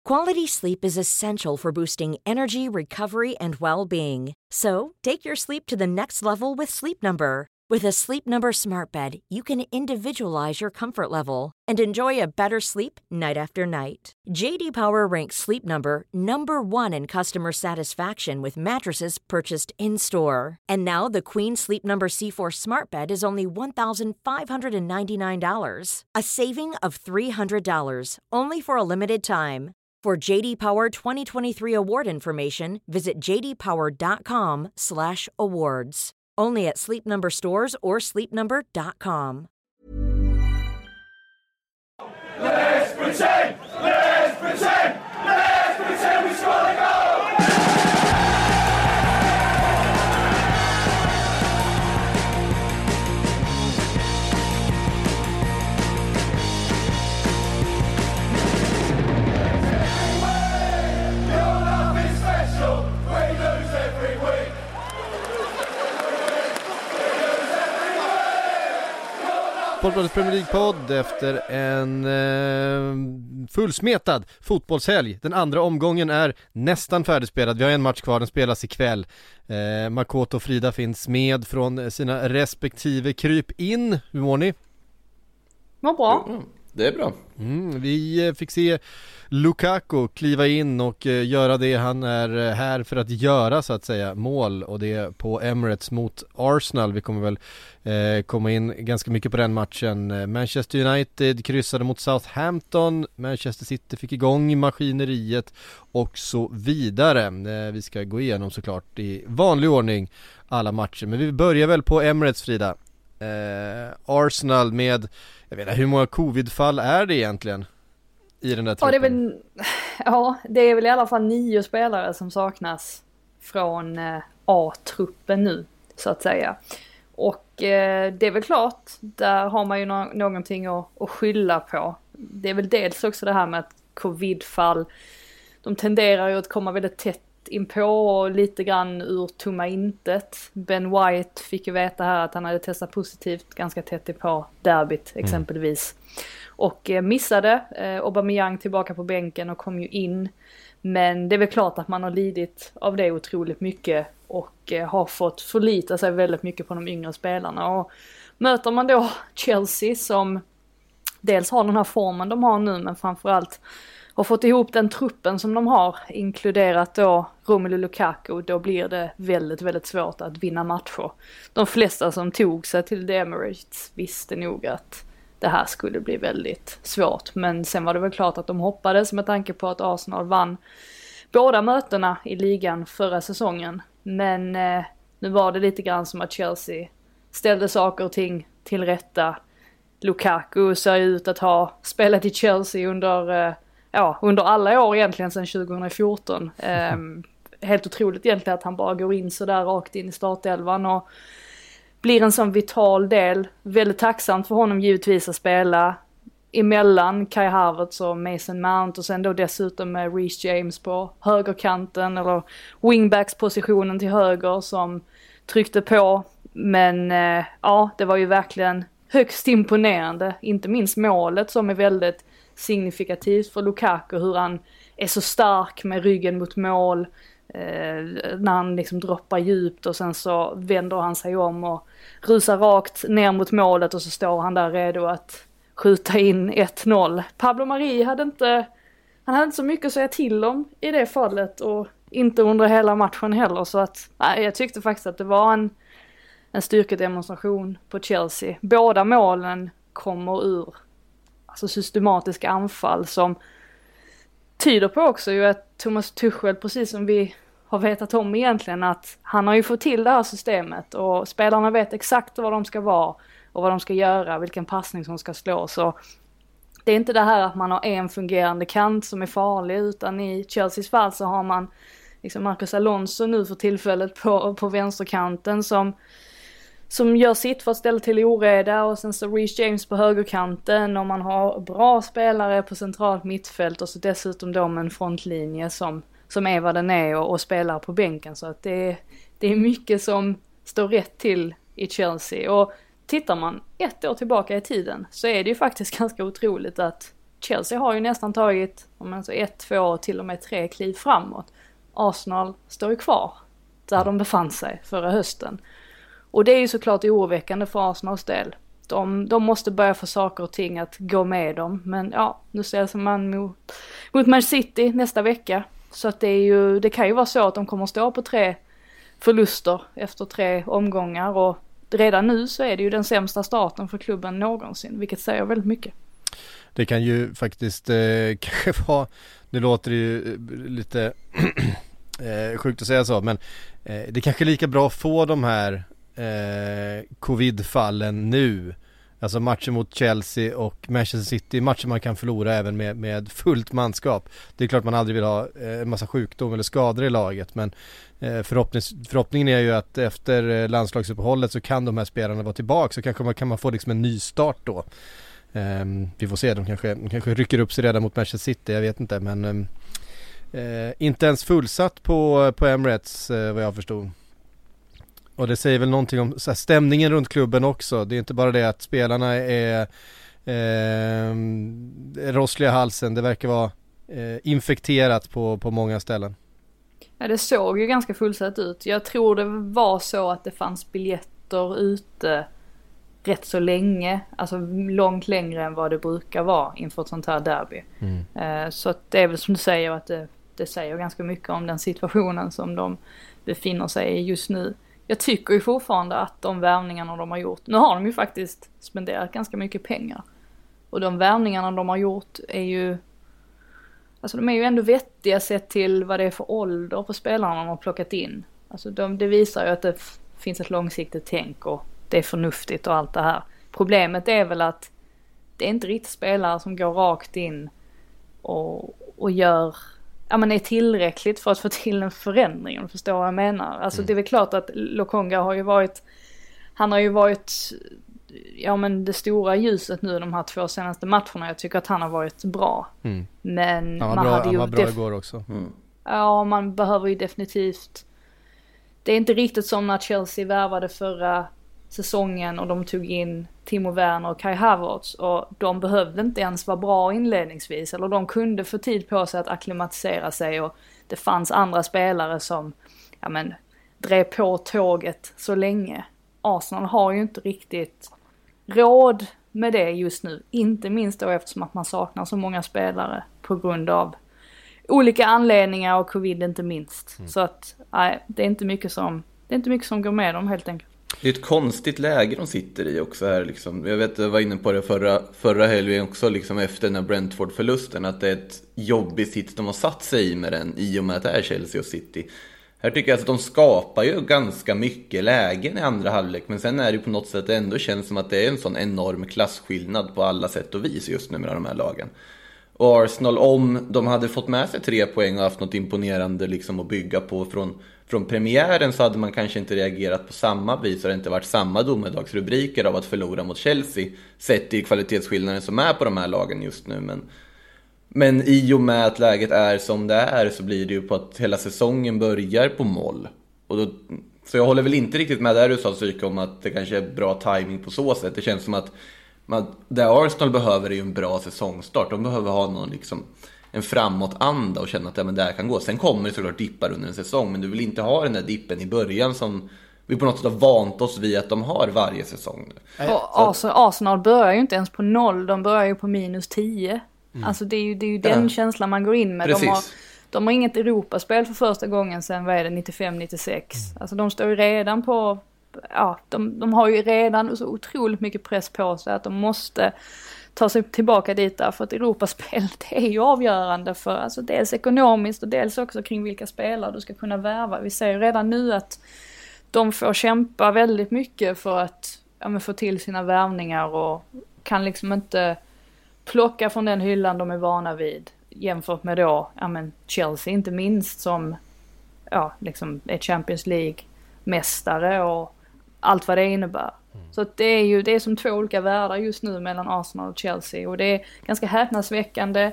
Quality sleep is essential for boosting energy, recovery, and well-being. So, take your sleep to the next level with Sleep Number. With a Sleep Number smart bed, you can individualize your comfort level and enjoy a better sleep night after night. JD Power ranks Sleep Number number 1 in customer satisfaction with mattresses purchased in-store. And now the Queen Sleep Number C4 smart bed is only $1,599, a saving of $300, only for a limited time. For JD Power 2023 award information, visit jdpower.com/awards. Only at Sleep Number stores or sleepnumber.com. Let's pretend! Let's pretend! Let's pretend we score the goal! Your love is special. We lose every week. Fotbollens Premier League-podd efter en fullsmetad fotbollshelg. Den andra omgången är nästan färdigspelad. Vi har en match kvar, den spelas ikväll. Makoto och Frida finns med från sina respektive kryp in. Hur mår ni? Mår bra. Det är bra. Vi fick se Lukaku kliva in och göra det han är här för att göra, så att säga, mål, och det på Emirates mot Arsenal. Vi kommer väl komma in ganska mycket på den matchen. Manchester United kryssade mot Southampton, Manchester City fick igång maskineriet och så vidare. Vi ska gå igenom såklart i vanlig ordning alla matcher, men vi börjar väl på Emirates, Frida. Arsenal med, jag vet inte, hur många covid-fall är det egentligen i den där truppen? Det är väl i alla fall 9 spelare som saknas från A-truppen nu, så att säga. Och det är väl klart, där har man ju någonting att skylla på. Det är väl dels också det här med att covid-fall, de tenderar ju att komma väldigt tätt inpå och lite grann ur tomma intet. Ben White fick ju veta här att han hade testat positivt ganska tätt inpå derbyt exempelvis. Och missade. Aubameyang tillbaka på bänken och kom ju in. Men det är väl klart att man har lidit av det otroligt mycket och har fått förlita sig väldigt mycket på de yngre spelarna. Och möter man då Chelsea, som dels har den här formen de har nu, men framförallt har fått ihop den truppen som de har, inkluderat då Romelu Lukaku, då blir det väldigt, väldigt svårt att vinna matcher. De flesta som tog sig till The Emirates visste nog att det här skulle bli väldigt svårt. Men sen var det väl klart att de hoppades, med tanke på att Arsenal vann båda mötena i ligan förra säsongen. Men nu var det lite grann som att Chelsea ställde saker och ting till rätta. Lukaku ser ut att ha spelat i Chelsea under alla år egentligen sedan 2014. Helt otroligt egentligen att han bara går in så där rakt in i startelvan och blir en sån vital del. Väldigt tacksamt för honom givetvis att spela emellan Kai Havertz och Mason Mount, och sen då dessutom med Reece James på högerkanten, eller wingbacks-positionen till höger, som tryckte på. Men det var ju verkligen högst imponerande. Inte minst målet, som är väldigt signifikativt för Lukaku, hur han är så stark med ryggen mot mål när han liksom droppar djupt, och sen så vänder han sig om och rusar rakt ner mot målet, och så står han där redo att skjuta in 1-0. Pablo Mari hade inte så mycket att säga till om i det fallet, och inte under hela matchen heller, så att jag tyckte faktiskt att det var en styrkedemonstration på Chelsea. Båda målen kommer ur systematiska anfall som tyder på också ju att Thomas Tuchel, precis som vi har vetat om egentligen, att han har ju fått till det här systemet, och spelarna vet exakt vad de ska vara och vad de ska göra, vilken passning som ska slå. Så det är inte det här att man har en fungerande kant som är farlig, utan i Chelseas fall så har man liksom Marcos Alonso nu för tillfället på vänsterkanten som gör sitt för att ställa till i oreda, och sen så Reece James på högerkanten, och man har bra spelare på centralt mittfält, och så dessutom då med en frontlinje som är vad den är, och spelar på bänken. Så att det är mycket som står rätt till i Chelsea. Och tittar man 1 år tillbaka i tiden så är det ju faktiskt ganska otroligt att Chelsea har ju nästan tagit 1, 2 till och med 3 kliv framåt. Arsenal står ju kvar där de befann sig förra hösten. Och det är ju såklart oroväckande för Arsenals del. De måste börja få saker och ting att gå med dem. Men ja, nu ställs man mot Man City nästa vecka. Så att det kan ju vara så att de kommer att stå på 3 förluster efter 3 omgångar. Och redan nu så är det ju den sämsta starten för klubben någonsin. Vilket säger väldigt mycket. Det kan ju faktiskt kanske vara, nu låter det ju lite sjukt att säga så, men det är kanske lika bra att få de här covid-fallen nu. Alltså matcher mot Chelsea och Manchester City, matcher man kan förlora även med fullt manskap. Det är klart man aldrig vill ha en massa sjukdom eller skador i laget, men förhoppningen är ju att efter landslagsuppehållet så kan de här spelarna vara tillbaka, så kanske kan man få liksom en ny start då. Vi får se, de kanske rycker upp sig redan mot Manchester City, jag vet inte, men inte ens fullsatt på Emirates vad jag förstod. Och det säger väl någonting om så här, stämningen runt klubben också. Det är inte bara det att spelarna är rossliga halsen, det verkar vara infekterat på många ställen. Ja, det såg ju ganska fullsatt ut. Jag tror det var så att det fanns biljetter ute rätt så länge, alltså långt längre än vad det brukar vara inför ett sånt här derby. Så att det är väl som du säger att det säger ganska mycket om den situationen som de befinner sig i just nu. Jag tycker ju fortfarande att de värvningarna de har gjort, nu har de ju faktiskt spenderat ganska mycket pengar. Och de värvningarna de har gjort är ju, alltså de är ju ändå vettiga sett till vad det är för ålder på spelarna de har plockat in. Alltså det visar ju att det finns ett långsiktigt tänk och det är förnuftigt och allt det här. Problemet är väl att det är inte riktigt spelare som går rakt in och gör, ja men är tillräckligt för att få till en förändring, om du förstår vad jag menar. Alltså det är väl klart att Lokonga har ju varit ja men det stora ljuset nu de här 2 senaste matcherna. Jag tycker att han har varit bra. Men han var bra igår också. Ja, man behöver ju definitivt, det är inte riktigt som när Chelsea värvade förra säsongen och de tog in Timo Werner och Kai Havertz, och de behövde inte ens vara bra inledningsvis, eller de kunde få tid på sig att akklimatisera sig, och det fanns andra spelare som drev på tåget så länge. Arsenal har ju inte riktigt råd med det just nu, inte minst då eftersom att man saknar så många spelare på grund av olika anledningar och covid inte minst. Så att det är inte mycket som går med dem helt enkelt. Det är ett konstigt läge de sitter i också här liksom. Jag vet, jag var inne på det förra helgen också liksom, efter den här Brentford-förlusten, att det är ett jobbigt sitt de har satt sig i med den, i och med att det är Chelsea och City. Här tycker jag att de skapar ju ganska mycket lägen i andra halvlek, men sen är det ju på något sätt ändå känns som att det är en sån enorm klassskillnad på alla sätt och vis just nu med de här lagen. Och Arsenal, om de hade fått med sig 3 poäng och haft något imponerande liksom att bygga på från premiären, så hade man kanske inte reagerat på samma vis, och det inte varit samma domedagsrubriker av att förlora mot Chelsea, sett i kvalitetsskillnaden som är på de här lagen just nu. Men i och med att läget är som det är, så blir det ju på att hela säsongen börjar på moll. Så jag håller väl inte riktigt med där du sa, Psyke, om att det kanske är bra timing på så sätt. Det känns som att det Arsenal behöver är ju en bra säsongstart. De behöver ha någon liksom en framåtanda och känna att det här kan gå. Sen kommer det såklart dippar under en säsong, men du vill inte ha den där dippen i början som vi på något sätt har vant oss vid att de har varje säsong nu. Och Arsenal börjar ju inte ens på 0, de börjar ju på -10. Alltså det är ju den känslan man går in med. De har inget Europaspel för första gången sedan 95-96. Alltså de står ju redan på, de har ju redan så otroligt mycket press på sig att de måste ta sig tillbaka dit där, för att Europaspel, det är ju avgörande för, alltså dels ekonomiskt och dels också kring vilka spelare du ska kunna värva. Vi ser ju redan nu att de får kämpa väldigt mycket för att få till sina värvningar, och kan liksom inte plocka från den hyllan de är vana vid, jämfört med då Chelsea inte minst, som liksom är Champions League-mästare och allt vad det innebär. Så att det är som 2 olika världar just nu mellan Arsenal och Chelsea, och det är ganska häpnadsväckande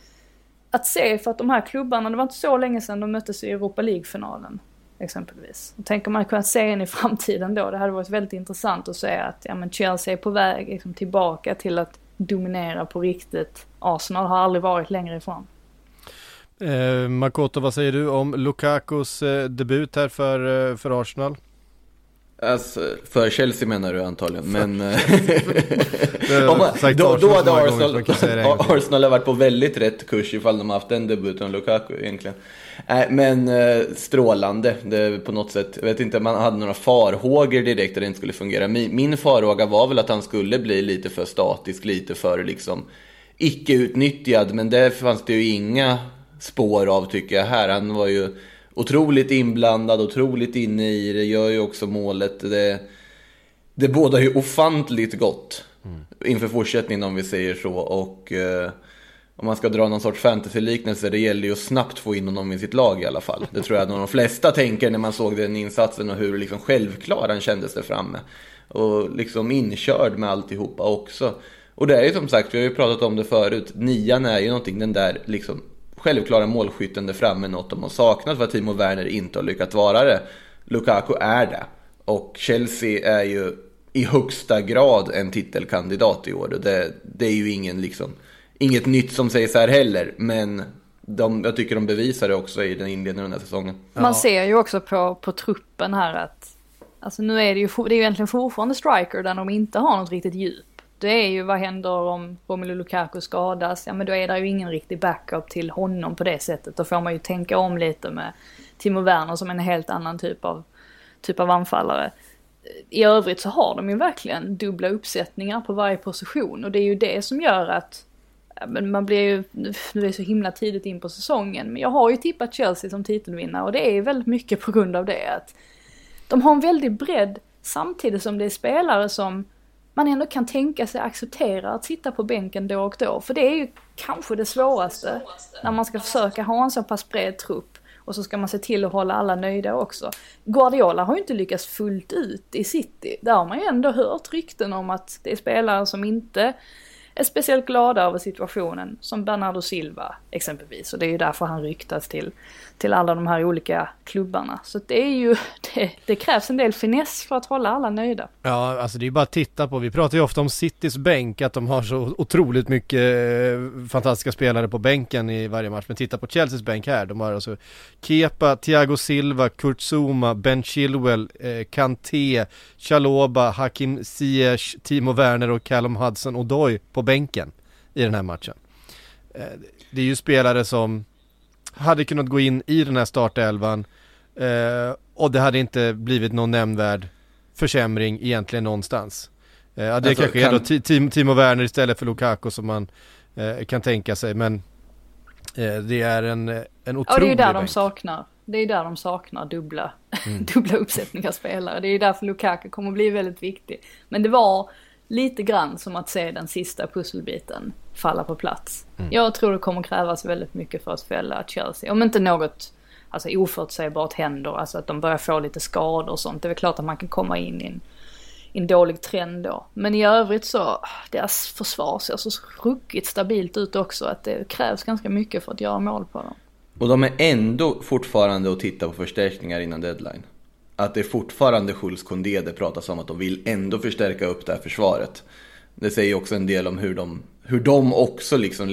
att se, för att de här klubbarna, det var inte så länge sedan de möttes i Europa League-finalen exempelvis. Och tänker man kunna se in i framtiden då, det hade varit väldigt intressant att se att Chelsea är på väg liksom tillbaka till att dominera på riktigt. Arsenal har aldrig varit längre ifrån. Makoto, vad säger du om Lukakus debut här för Arsenal? Alltså, för Chelsea menar du antagligen, men då hade Arsenal har varit på väldigt rätt kurs ifall de har haft en debut om Lukaku egentligen. Men strålande, det på något sätt. Jag vet inte om man hade några farhågor direkt att det inte skulle fungera. Min farhåga var väl att han skulle bli lite för statisk, lite för liksom icke utnyttjad, men det fanns det ju inga spår av tycker jag här. Han var ju otroligt inblandad, otroligt inne i det, gör ju också målet. Det bådar ju ofantligt gott inför fortsättningen om vi säger så. Och om man ska dra någon sorts fantasy-liknelse, det gäller ju att snabbt få in honom i sitt lag i alla fall. Det tror jag att de flesta tänker när man såg den insatsen och hur liksom självklar han kändes där framme. Och liksom inkörd med alltihopa också. Och det är ju som sagt, vi har ju pratat om det förut, 9 är ju någonting, den där liksom självklara målskytten där framme, något de har saknat för att Timo Werner inte har lyckats vara det. Lukaku är det. Och Chelsea är ju i högsta grad en titelkandidat i år. Det är ju inget nytt som sägs här heller, men jag tycker de bevisar det också i den inledningen av den här säsongen. Man ser ju också på truppen här att alltså nu är det är ju egentligen fortfarande striker där de inte har något riktigt djup. Det är ju vad händer om Romelu Lukaku skadas? Ja, men då är det ju ingen riktig backup till honom på det sättet. Då får man ju tänka om lite med Timo Werner som en helt annan typ av anfallare. I övrigt så har de ju verkligen dubbla uppsättningar på varje position. Och det är ju det som gör att man blir ju, nu är det så himla tidigt in på säsongen, men jag har ju tippat Chelsea som titelvinnare och det är väldigt mycket på grund av det. Att de har en väldigt bredd samtidigt som det är spelare som man ändå kan tänka sig acceptera att sitta på bänken då och då. För det är ju kanske det svåraste när man ska försöka ha en så pass bred trupp. Och så ska man se till att hålla alla nöjda också. Guardiola har ju inte lyckats fullt ut i City. Där har man ju ändå hört rykten om att det är spelare som inte är speciellt glada över situationen. Som Bernardo Silva exempelvis. Och det är ju därför han ryktas till alla de här olika klubbarna. Så det är ju, det krävs en del finess för att hålla alla nöjda. Ja, alltså det är ju bara att titta på. Vi pratar ju ofta om Citys bänk, att de har så otroligt mycket fantastiska spelare på bänken i varje match. Men titta på Chelseas bänk här. De har alltså Kepa, Thiago Silva, Kurt Zouma, Ben Chilwell, Kanté, Chalobah, Hakim Ziyech, Timo Werner och Callum Hudson-Odoi på bänken i den här matchen. Det är ju spelare som hade kunnat gå in i den här startelvan och det hade inte blivit någon nämnvärd försämring egentligen någonstans. Det alltså, kanske är då Timo Werner istället för Lukaku som man kan tänka sig, men det är en otrolig och det är ju där bänk. Det är där de saknar dubbla uppsättningar spelare. Det är ju därför Lukaku kommer bli väldigt viktig. Men det var lite grann som att se den sista pusselbiten falla på plats. Jag tror det kommer krävas väldigt mycket för att fälla Chelsea. Om inte något oförutsägbart händer, alltså att de börjar få lite skador och sånt. Det är väl klart att man kan komma in i en dålig trend då. Men i övrigt så, deras försvar ser så ruckigt stabilt ut också att det krävs ganska mycket för att göra mål på dem. Och de är ändå fortfarande att titta på förstärkningar innan deadline. Att det är fortfarande Jules Koundé, det pratas om att de vill ändå förstärka upp det här försvaret. Det säger också en del om hur de också liksom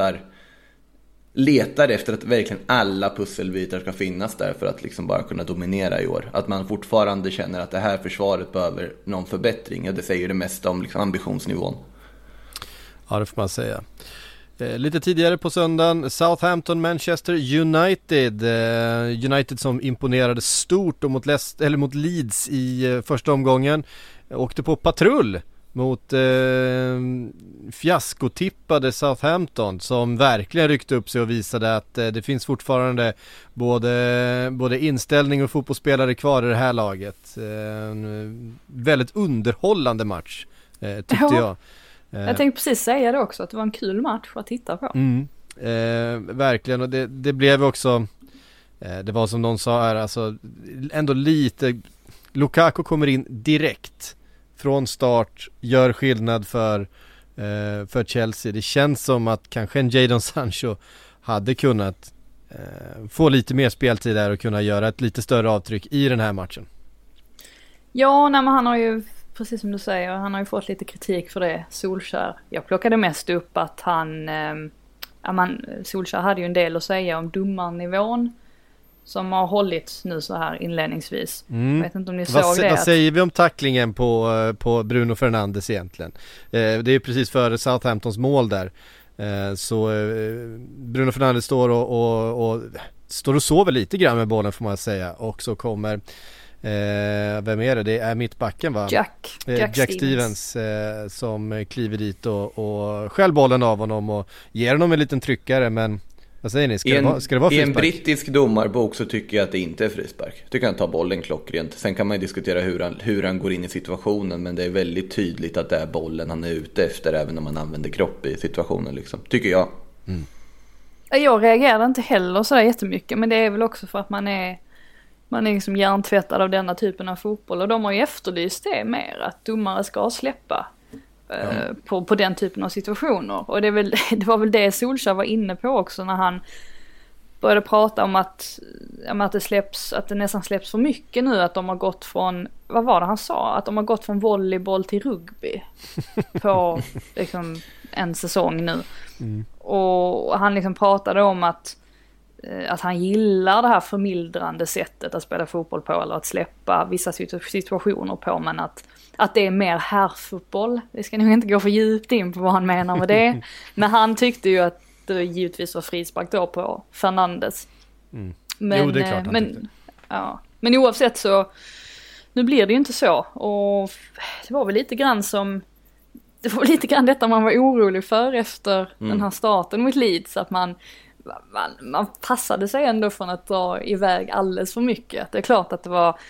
letar efter att verkligen alla pusselbitar ska finnas där för att liksom bara kunna dominera i år. Att man fortfarande känner att det här försvaret behöver någon förbättring. Ja, det säger det mesta om liksom ambitionsnivån. Ja, det får man säga. Lite tidigare på söndagen, Southampton, Manchester United. United som imponerade stort och mot Leeds i första omgången. Åkte på patrull mot fiaskotippade Southampton som verkligen ryckte upp sig och visade att det finns fortfarande både inställning och fotbollsspelare kvar i det här laget. En väldigt underhållande match tyckte jag. Jag tänkte precis säga det också, att det var en kul match att titta på. Verkligen, och det blev också det var som någon sa här, alltså ändå lite Lukaku kommer in direkt från start, gör skillnad för Chelsea. Det känns som att kanske en Jadon Sancho hade kunnat få lite mer speltid där och kunna göra ett lite större avtryck i den här matchen. Ja, men han har ju precis som du säger, han har ju fått lite kritik för det, Solskjær. Jag plockade mest upp att Solskjær hade ju en del att säga om domarnivån som har hållits nu så här inledningsvis. Jag vet inte om ni såg det. Vad säger vi om tacklingen på Bruno Fernandes egentligen? Det är ju precis före Southamptons mål där. Så Bruno Fernandes står och sover lite grann med bollen, får man säga. Och så kommer vem är det? Det är mittbacken, va? Jack Stevens som kliver dit och skäll bollen av honom och ger honom en liten tryckare, men vad säger ni? Ska det vara frispark? I en brittisk domarbok så tycker jag att det inte är frispark. Jag tycker han tar bollen klockrent. Sen kan man ju diskutera hur han går in i situationen, men det är väldigt tydligt att det är bollen han är ute efter, även om man använder kropp i situationen liksom. Tycker jag. Jag reagerar inte heller så jättemycket, men det är väl också för att man är liksom hjärntvättad av denna typen av fotboll, och de har ju efterlyst det mer, att domare ska släppa på den typen av situationer. Och det var väl det Solskjær var inne på också när han började prata om att det nästan släpps för mycket nu, att de har gått från, vad var det han sa? Att de har gått från volleyboll till rugby på liksom en säsong nu. Och han liksom pratade om att han gillar det här förmildrande sättet att spela fotboll på, eller att släppa vissa situationer på, men att det är mer herrfotboll. Vi ska nog inte gå för djupt in på vad han menar med det. Men han tyckte ju att det givetvis var frispark då på Fernandes. Men, jo, det är klart men oavsett så, nu blir det ju inte så. Och det var väl lite grann detta man var orolig för efter den här starten mot Leeds, att man passade sig ändå från att dra iväg alldeles för mycket. Det är klart att det var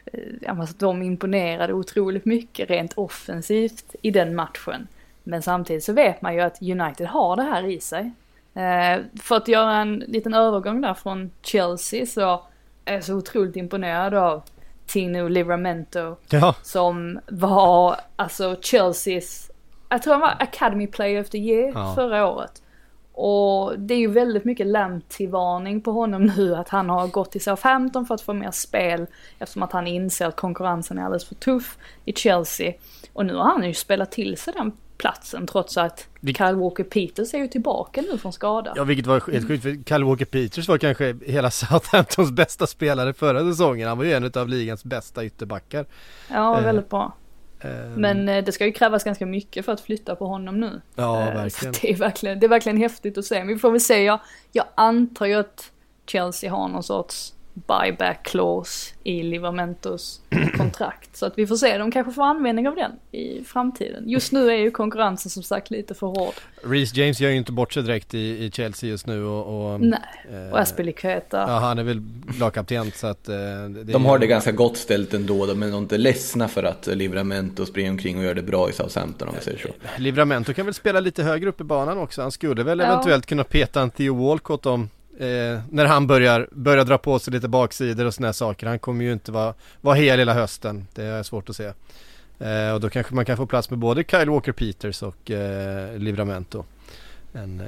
de imponerade otroligt mycket rent offensivt i den matchen. Men samtidigt så vet man ju att United har det här i sig. För att göra en liten övergång där från Chelsea, så är jag så otroligt imponerad av Tino Livramento, som var alltså Chelseas, jag tror han var Academy Player of the Year förra året. Och det är ju väldigt mycket lämtillvarning på honom nu, att han har gått till Southampton för att få mer spel, eftersom att han inser att konkurrensen är alldeles för tuff i Chelsea. Och nu har han ju spelat till sig den platsen, trots att Kyle Walker-Peters är ju tillbaka nu från skada. Ja, vilket var helt sjukt, för Kyle Walker-Peters var kanske hela Southamptons bästa spelare förra säsongen. Han var ju en av ligans bästa ytterbackar. Ja, väldigt bra. Men det ska ju krävas ganska mycket för att flytta på honom nu. Ja, verkligen. Det är verkligen häftigt att se. Men vi får väl se, jag antar ju att Chelsea har någon sorts buyback clause i Livramentos kontrakt. Så att vi får se, de kanske får användning av den i framtiden. Just nu är ju konkurrensen som sagt lite för hård. Reece James gör ju inte bort sig direkt i Chelsea just nu. Nej, och Aspilicueta. Ja, han är väl lagkapten, så att de har det ganska gott ställt ändå, men de är inte ledsna för att Livramento springer omkring och gör det bra i Southampton, om vi säger så. Livramento kan väl spela lite högre upp i banan också. Han skulle väl eventuellt kunna peta en Theo Walcott om när han börjar dra på sig lite baksidor och såna här saker. Han kommer ju inte vara hel hela hösten. Det är svårt att se. Och då kanske man kan få plats med både Kyle Walker-Peters och Livramento. En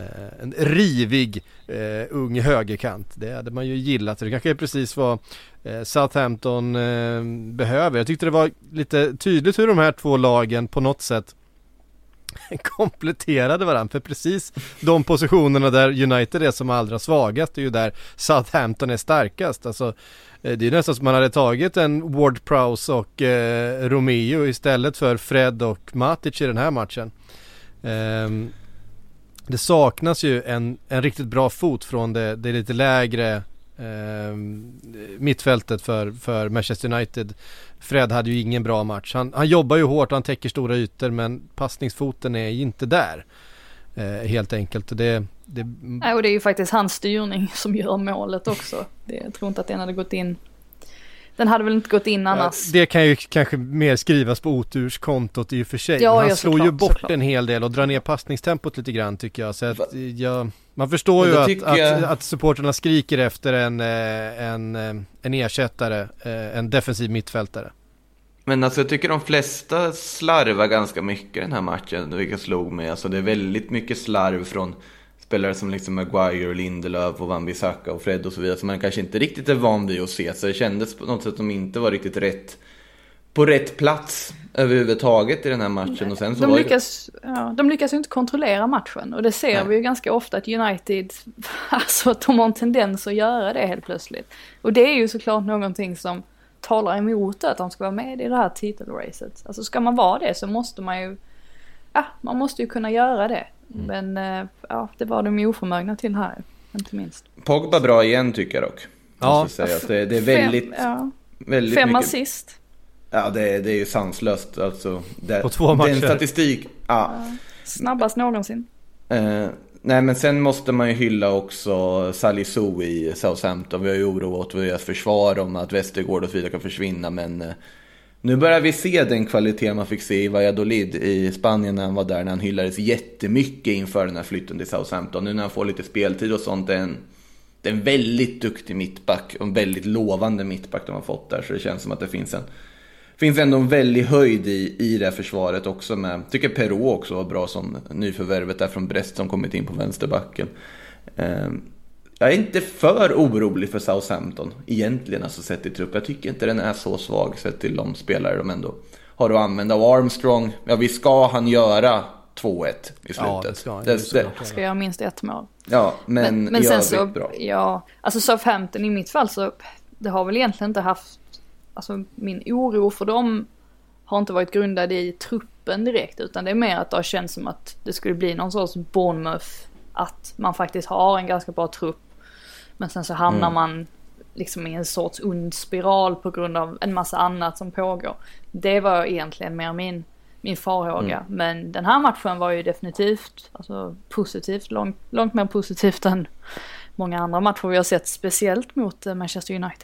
rivig ung högerkant. Det hade man ju gillat. Det kanske är precis vad Southampton behöver. Jag tyckte det var lite tydligt hur de här två lagen på något sätt kompletterade varandra, för precis de positionerna där United är som allra svagast är ju där Southampton är starkast. Alltså, det är nästan som man hade tagit en Ward-Prowse och Romeo istället för Fred och Matic i den här matchen. Det saknas ju en riktigt bra fot från det lite lägre mittfältet för Manchester United. Fred hade ju ingen bra match. Han jobbar ju hårt och han täcker stora ytor, men passningsfoten är ju inte där. Helt enkelt. Och det är ju faktiskt hans styrning som gör målet också. Jag tror inte att den hade gått in. Den hade väl inte gått in annars. Det kan ju kanske mer skrivas på oturskontot i och för sig. Ja, han slår ju bort en hel del och drar ner passningstempot lite grann, tycker jag. Så att man förstår ju att supporterna skriker efter en ersättare, en defensiv mittfältare. Men alltså jag tycker de flesta slarvar ganska mycket den här matchen, vilket slog mig. Alltså det är väldigt mycket slarv från spelare som liksom Maguire och Lindelöf och Wan-Bissaka och Fred och så vidare, som man kanske inte riktigt är van vid att se. Så det kändes på något sätt som inte var riktigt rätt på rätt plats överhuvudtaget i den här matchen. Och sen så de lyckas ju inte kontrollera matchen, och det ser vi ju ganska ofta att United, alltså att de har en tendens att göra det helt plötsligt. Och det är ju såklart någonting som talar emot att de ska vara med i det här titelracet. Alltså ska man vara det så måste man ju, man måste ju kunna göra det. Men det var de ju oförmögna till här, inte minst. Pogba bra igen tycker jag dock. Ja. Det är väldigt, väldigt 5 mycket. assist. Ja, det är ju sanslöst. Alltså, på 2 matcher. Den statistik. Snabbast någonsin. Nej, men sen måste man ju hylla också Salisu i Southampton. Vi har ju oroat för deras försvar om att Westergaard och så vidare kan försvinna. Men nu börjar vi se den kvalitet man fick se i Valladolid i Spanien när han var där. När han hyllades jättemycket inför den här flytten till Southampton. Nu när han får lite speltid och sånt, det är en väldigt duktig mittback och en väldigt lovande mittback de har fått där. Så det känns som att det finns ändå en väldigt höjd i det här försvaret också. Med, tycker Perrault också var bra som nyförvärvet där från Brest som kommit in på vänsterbacken. Jag är inte för orolig för Southampton egentligen, alltså sett i trupp. Jag tycker inte den är så svag sett till de spelare de ändå har att använda. Och Armstrong, vi ska han göra 2-1 i slutet. Ja, det ska göra minst 1 mål. Ja, men sen så bra. Ja, alltså Southampton i mitt fall så det har väl egentligen inte haft, alltså min oro för dem har inte varit grundad i truppen direkt, utan det är mer att det har känts som att det skulle bli någon sorts Bournemouth, att man faktiskt har en ganska bra trupp men sen så hamnar man liksom i en sorts ond spiral på grund av en massa annat som pågår. Det var egentligen mer min farhåga. Men den här matchen var ju definitivt alltså positivt, långt mer positivt än många andra matcher vi har sett, speciellt mot Manchester United.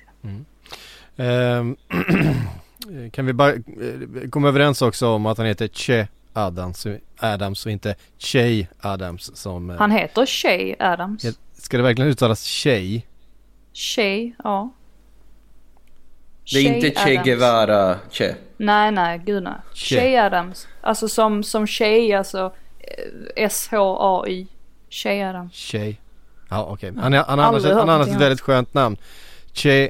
Kan vi bara komma överens också om att han heter Che Adams och inte Che Adams som... Han heter Che Adams. Ska det verkligen uttalas Che? Che, ja. Det är inte Che Guevara Che. Nej, gud nej. Che Adams. Alltså som Che, alltså S-H-A-Y. Che Adams. Che. Ja, okej. Han har ett väldigt skönt namn. Che,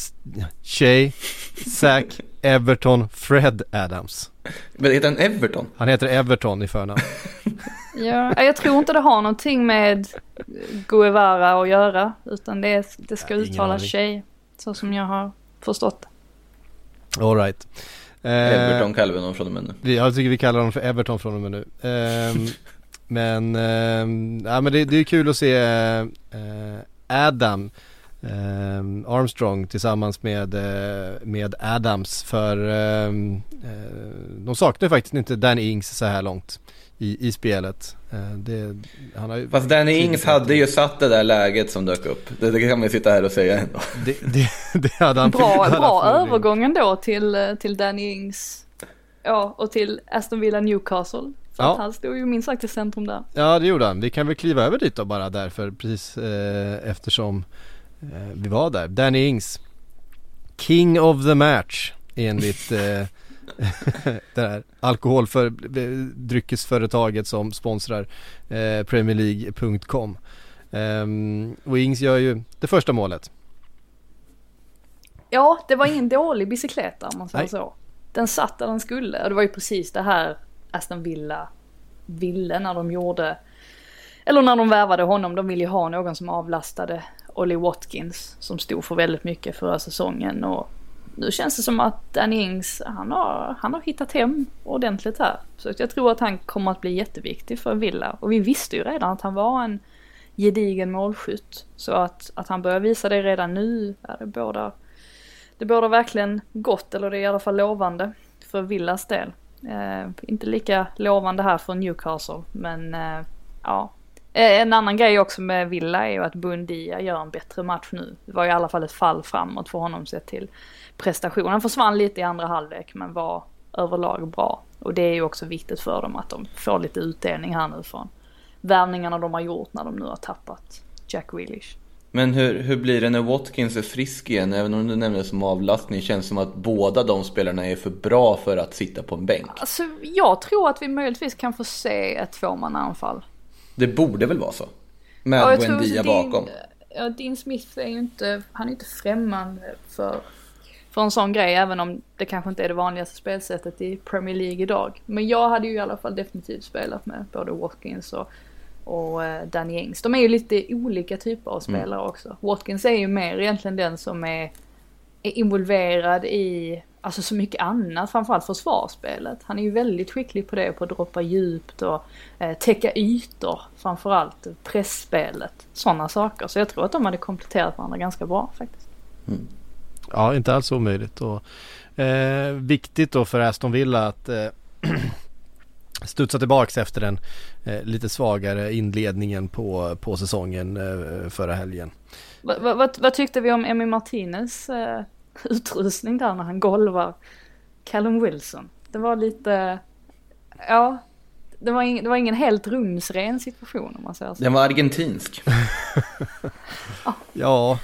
Zach, Everton, Fred Adams. Men heter han Everton? Han heter Everton i förnamn. Ja, jag tror inte det har någonting med Guevara att göra, utan det ska uttalas Che, så som jag har förstått det. All right. Everton kallar vi honom från och med nu. Jag tycker vi kallar honom för Everton från och med nu. Men det är kul att se Adam Armstrong tillsammans med Adams, för de saknar faktiskt inte Danny Ings så här långt i spelet. Fast Danny Ings hade ju satt det där läget som dök upp. Det kan man sitta här och säga ändå. Det hade han. Bra övergången då till Danny Ings. Ja, och till Aston Villa Newcastle. Så att han stod ju minst sagt i centrum där. Ja, det gjorde han. Vi kan väl kliva över dit då bara därför, precis eftersom vi var där. Danny Ings, King of the Match enligt det här dryckesföretaget som sponsrar premierleague.com. Och Ings gör ju det första målet. Ja, det var ingen dålig bicykleta om man säger så. Den satt där den skulle, och det var ju precis det här Aston Villa ville när de gjorde, eller när de värvade honom. De ville ju ha någon som avlastade Ollie Watkins som stod för väldigt mycket förra säsongen, och nu känns det som att Danny Ings han har hittat hem ordentligt här. Så jag tror att han kommer att bli jätteviktig för Villa, och vi visste ju redan att han var en gedigen målskytt, så att han börjar visa det redan nu är det båda verkligen gott, eller det är i alla fall lovande för Villas del. Inte lika lovande här för Newcastle, men ja. En annan grej också med Villa är ju att Buendia gör en bättre match nu. Det var i alla fall ett fall framåt för honom sett till prestationen. Han försvann lite i andra halvlek men var överlag bra. Och det är ju också viktigt för dem att de får lite utdelning här nu från värvningarna de har gjort när de nu har tappat Jack Grealish. Men hur blir det när Watkins är frisk igen? Även om du nämner det som avlastning, känns som att båda de spelarna är för bra för att sitta på en bänk. Alltså, jag tror att vi möjligtvis kan få se ett tvåmannaanfall. Det borde väl vara så. Med Buendia bakom. Dean Smith är ju inte främmande för för en sån grej, även om det kanske inte är det vanligaste spelsättet i Premier League idag. Men jag hade ju i alla fall definitivt spelat med både Watkins och Danny Ings. De är ju lite olika typer av spelare också. Watkins är ju mer egentligen den som är involverad i alltså så mycket annat, framförallt försvarsspelet. Han är ju väldigt skicklig på det, på att droppa djupt och täcka ytor, framförallt pressspelet, sådana saker. Så jag tror att de hade kompletterat varandra ganska bra faktiskt. Ja, inte alls omöjligt. Och viktigt då för Aston Villa att studsa tillbaks efter den lite svagare inledningen på säsongen förra helgen. Vad tyckte vi om Emi Martinez utrustning där när han golvar Callum Wilson? Det var lite, ja, det var ingen helt rumsren situation om man säger så. Den var argentinsk. Ja.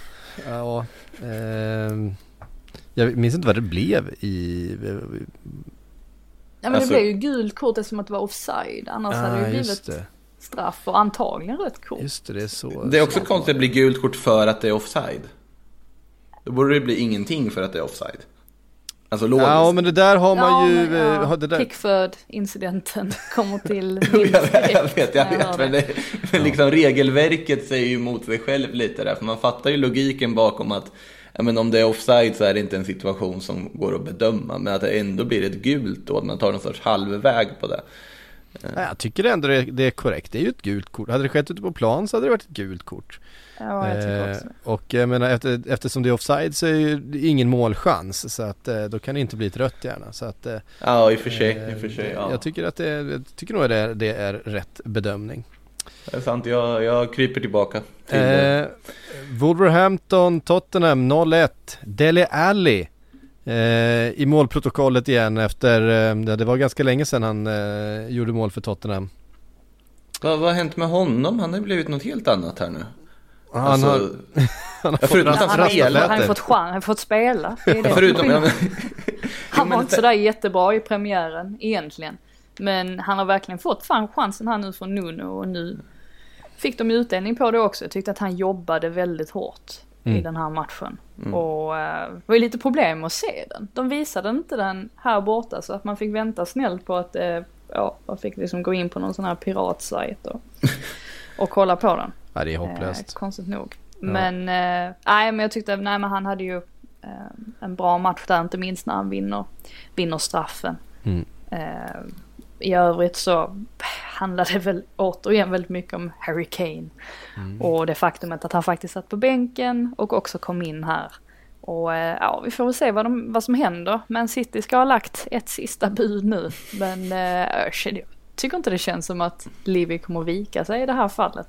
Jag minns inte vad det blev i... Ja, men det blev ju gult kort eftersom att det var offside. Annars hade det ju blivit straff och antagligen rött kort. Just det, det är så. Det är också konstigt att det blir gult kort för att det är offside. Då borde det bli ingenting för att det är offside. Alltså logiskt. Ja, men det där har man ju... det där... Pickford-incidenten kommer till... jag vet. Men liksom regelverket säger ju emot sig själv lite där. För man fattar ju logiken bakom att men om det är offside så är det inte en situation som går att bedöma. Men att det ändå blir ett gult då, att man tar någon sorts halvväg på det. Ja, jag tycker ändå det är korrekt. Det är ju ett gult kort. Hade det skett ute på plan så hade det varit ett gult kort. Ja, jag tycker också. Och jag menar, eftersom det är offside så är ju ingen målchans. Så att då kan det inte bli ett rött gärna. Så att, ja, i och för sig. Ja. Jag tycker nog att det är rätt bedömning. Det är sant, jag kryper tillbaka till Wolverhampton, Tottenham 0-1. Dele Alli i målprotokollet igen efter det var ganska länge sedan han gjorde mål för Tottenham. Vad har hänt med honom? Han har blivit något helt annat här nu. Han har fått spela. Det är det. Han var inte sådär jättebra i premiären egentligen. Men han har verkligen fått chansen här nu från Nuno, och nu fick de utdelning på det också. Jag tyckte att han jobbade väldigt hårt i den här matchen. Och det var ju lite problem att se den. De visade inte den här borta, så att man fick vänta snällt på att man fick liksom gå in på någon sån här piratsajt och kolla på den. Ja, det är hopplöst. Konstigt nog. Ja. Men jag tyckte men han hade ju en bra match där, inte minst när han vinner straffen. I övrigt så handlade det väl återigen väldigt mycket om Harry Kane. Och det faktumet att han faktiskt satt på bänken och också kom in här. Och vi får väl se vad som händer. Men City ska ha lagt ett sista bud nu. Men jag tycker inte det känns som att Levy kommer vika sig i det här fallet.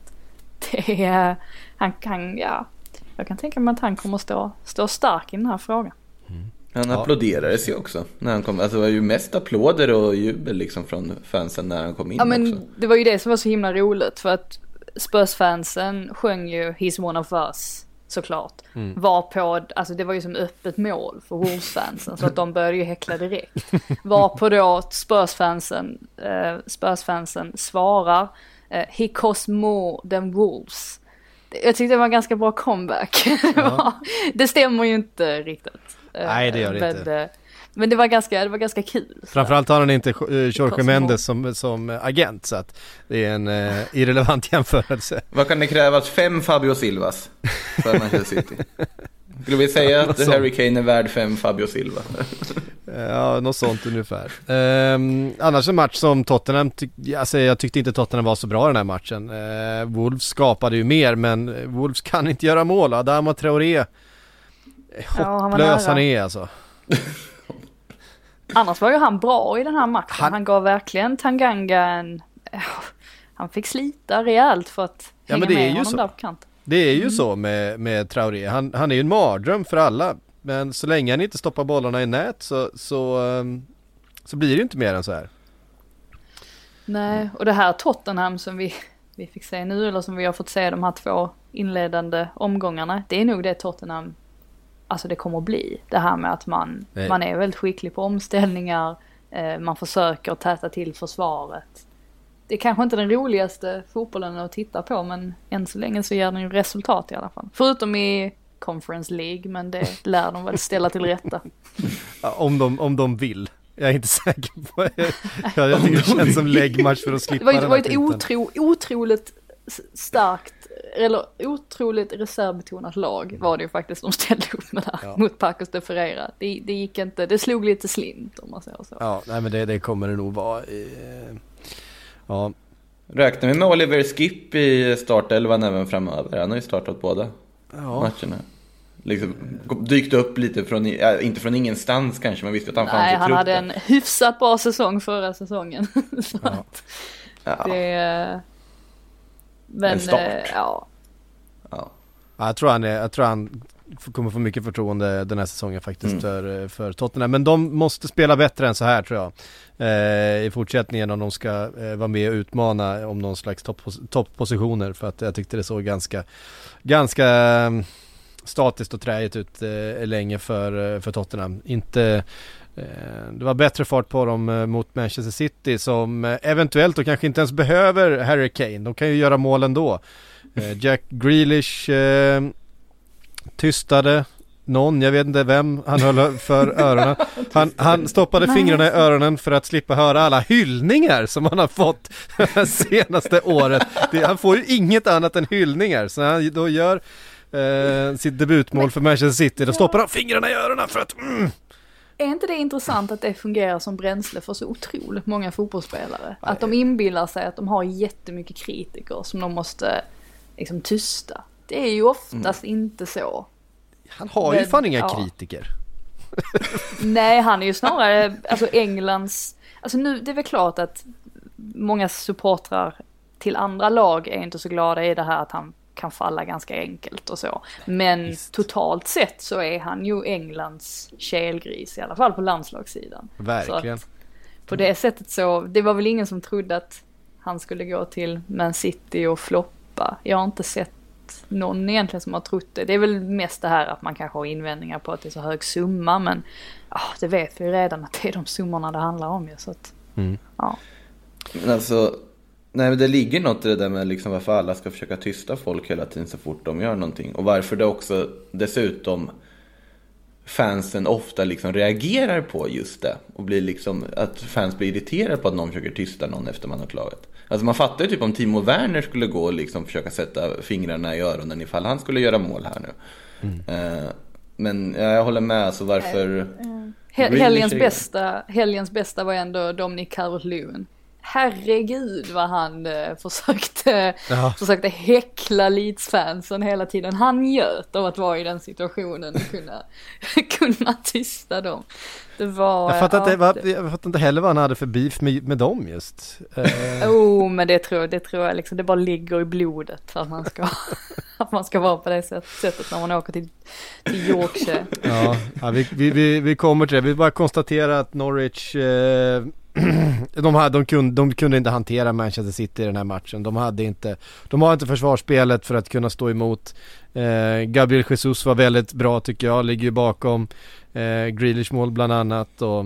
Jag kan tänka mig att han kommer stå stark i den här frågan. Han applåderades ju också när han kom. Alltså det var ju mest applåder och jubel liksom från fansen när han kom in också. Det var ju det som var så himla roligt, för att Spurs-fansen sjöng ju He's one of us, såklart. Alltså det var ju som öppet mål för Wolves-fansen, så att de började ju häckla direkt. Varpå då Spurs-fansen svarar He cost more than Wolves. Jag tyckte det var en ganska bra comeback. Det stämmer ju inte riktigt. Nej, det gör det inte. Men det var ganska kul. Framförallt har han inte Jorge Mendes som agent, så att det är en irrelevant jämförelse. Vad kan det krävas? 5 Fabio Silvas för Manchester City? Skulle vi säga att Harry Kane är värd 5 Fabio Silva? Ja, något sånt ungefär. Annars en match som Tottenham, jag tyckte inte Tottenham var så bra i den här matchen. Wolves skapade ju mer, men Wolves kan inte göra mål. Adama Traoré, hopplös han är alltså. Annars var ju han bra i den här matchen. Han gav verkligen Tanganga han fick slita rejält för att hänga med honom där på kanten. Det är ju så med Traoré. Han är ju en mardröm för alla. Men så länge han inte stoppar bollarna i nät så blir det ju inte mer än så här. Nej, och det här Tottenham som vi fick se nu, eller som vi har fått se de här 2 inledande omgångarna, det är nog det Tottenham, alltså det kommer att bli. Det här med att man är väldigt skicklig på omställningar, man försöker täta till försvaret. Det är kanske inte den roligaste fotbollen att titta på, men än så länge så ger den ju resultat i alla fall. Förutom i Conference League, men det lär de väl ställa till rätta. Ja, om de vill. Jag är inte säker på det. Jag tycker det känns som läggmatch för att slippa. Det var ett otroligt starkt, eller otroligt reservbetonat lag var det ju faktiskt de ställde upp med där mot Pacos de Ferreira. Det gick inte, det slog lite slint om man säger så. Ja, nej men det kommer det nog vara. Ja. Räknar vi med Oliver Skip i startelvan även framöver? Han har ju startat båda matcherna. Liksom dykt upp lite från, inte från ingenstans kanske, men visste att han fanns i truppen. Han hade en hyfsat bra säsong förra säsongen. Så att det... Men, en start. Ja. Jag tror han kommer få mycket förtroende den här säsongen faktiskt för Tottenham. Men de måste spela bättre än så här tror jag. I fortsättningen om de ska vara med och utmana om någon slags topppositioner. För att jag tyckte det såg ganska statiskt och träigt ut länge för Tottenham. Det var bättre fart på dem mot Manchester City som eventuellt och kanske inte ens behöver Harry Kane. De kan ju göra mål ändå. Jack Grealish tystade någon, jag vet inte vem han höll för öronen. Han stoppade fingrarna i öronen för att slippa höra alla hyllningar som han har fått senaste året. Han får ju inget annat än hyllningar. Så han då gör sitt debutmål för Manchester City. Då stoppar han fingrarna i öronen för att... Är inte det intressant att det fungerar som bränsle för så otroligt många fotbollsspelare? Att de inbillar sig att de har jättemycket kritiker som de måste liksom tysta. Det är ju oftast inte så. Han har ju fan inga kritiker. Nej, han är ju snarare alltså Englands... Alltså nu, det är väl klart att många supportrar till andra lag är inte så glada i det här att han kan falla ganska enkelt och så. Men totalt sett så är han ju Englands kelgris, i alla fall på landslagssidan. Verkligen. Så på det sättet så, det var väl ingen som trodde att han skulle gå till Man City och floppa. Jag har inte sett någon egentligen som har trott det. Det är väl mest det här att man kanske har invändningar på att det är så hög summa, men det vet vi ju redan att det är de summorna det handlar om. Så att, ja. Men alltså, nej, men det ligger något i det där med liksom varför alla ska försöka tysta folk hela tiden så fort de gör någonting. Och varför det också dessutom fansen ofta liksom reagerar på just det. Och blir liksom, att fans blir irriterade på att någon försöker tysta någon efter man har klagat. Alltså man fattar ju typ om Timo Werner skulle gå och liksom försöka sätta fingrarna i öronen ifall han skulle göra mål här nu. Men jag håller med, alltså varför... Helgens bästa var ändå Dominic Calvert-Lewin. Herregud vad han försökte häckla Leeds-fansen hela tiden. Han njöt av att vara i den situationen och kunna tysta dem. Det var, jag fattar inte heller vad han hade för beef med dem just. Men det tror jag liksom, det bara ligger i blodet att man ska vara på det sättet när man åker till Yorkshire. Ja, vi kommer till det. Vi bara konstaterar att Norwich de kunde inte hantera Manchester City i den här matchen. De har inte försvarsspelet för att kunna stå emot. Gabriel Jesus var väldigt bra tycker jag, ligger ju bakom Grealish mål bland annat och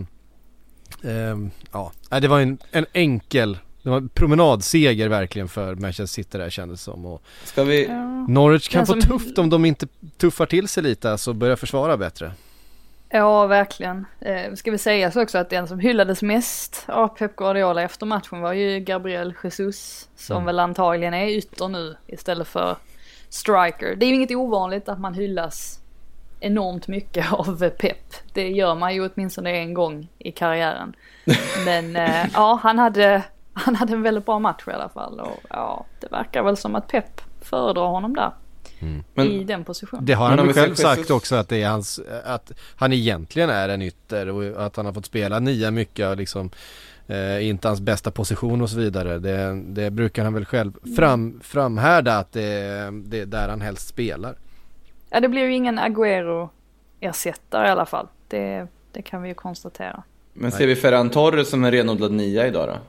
det var en enkel, det var en promenadseger verkligen för Manchester City där kändes som. Och Norwich kan få tufft om de inte tuffar till sig lite så börjar försvara bättre. Ja, verkligen. Ska vi säga så också att den som hyllades mest av Pep Guardiola efter matchen var ju Gabriel Jesus, som väl antagligen är ytter nu istället för striker. Det är ju inget ovanligt att man hyllas enormt mycket av Pep. Det gör man ju åtminstone en gång i karriären. Men han hade en väldigt bra match i alla fall. Och det verkar väl som att Pep föredrar honom där. I den positionen. Det har han själv sagt också att det är att han egentligen är en ytter och att han har fått spela 9 mycket och liksom inte hans bästa position och så vidare. Det brukar han väl själv framhärda att det är där han helst spelar. Ja, det blir ju ingen Agüero-ersättare i alla fall. Det kan vi ju konstatera. Men ser vi Ferran Torres som en renodlad 9 idag då?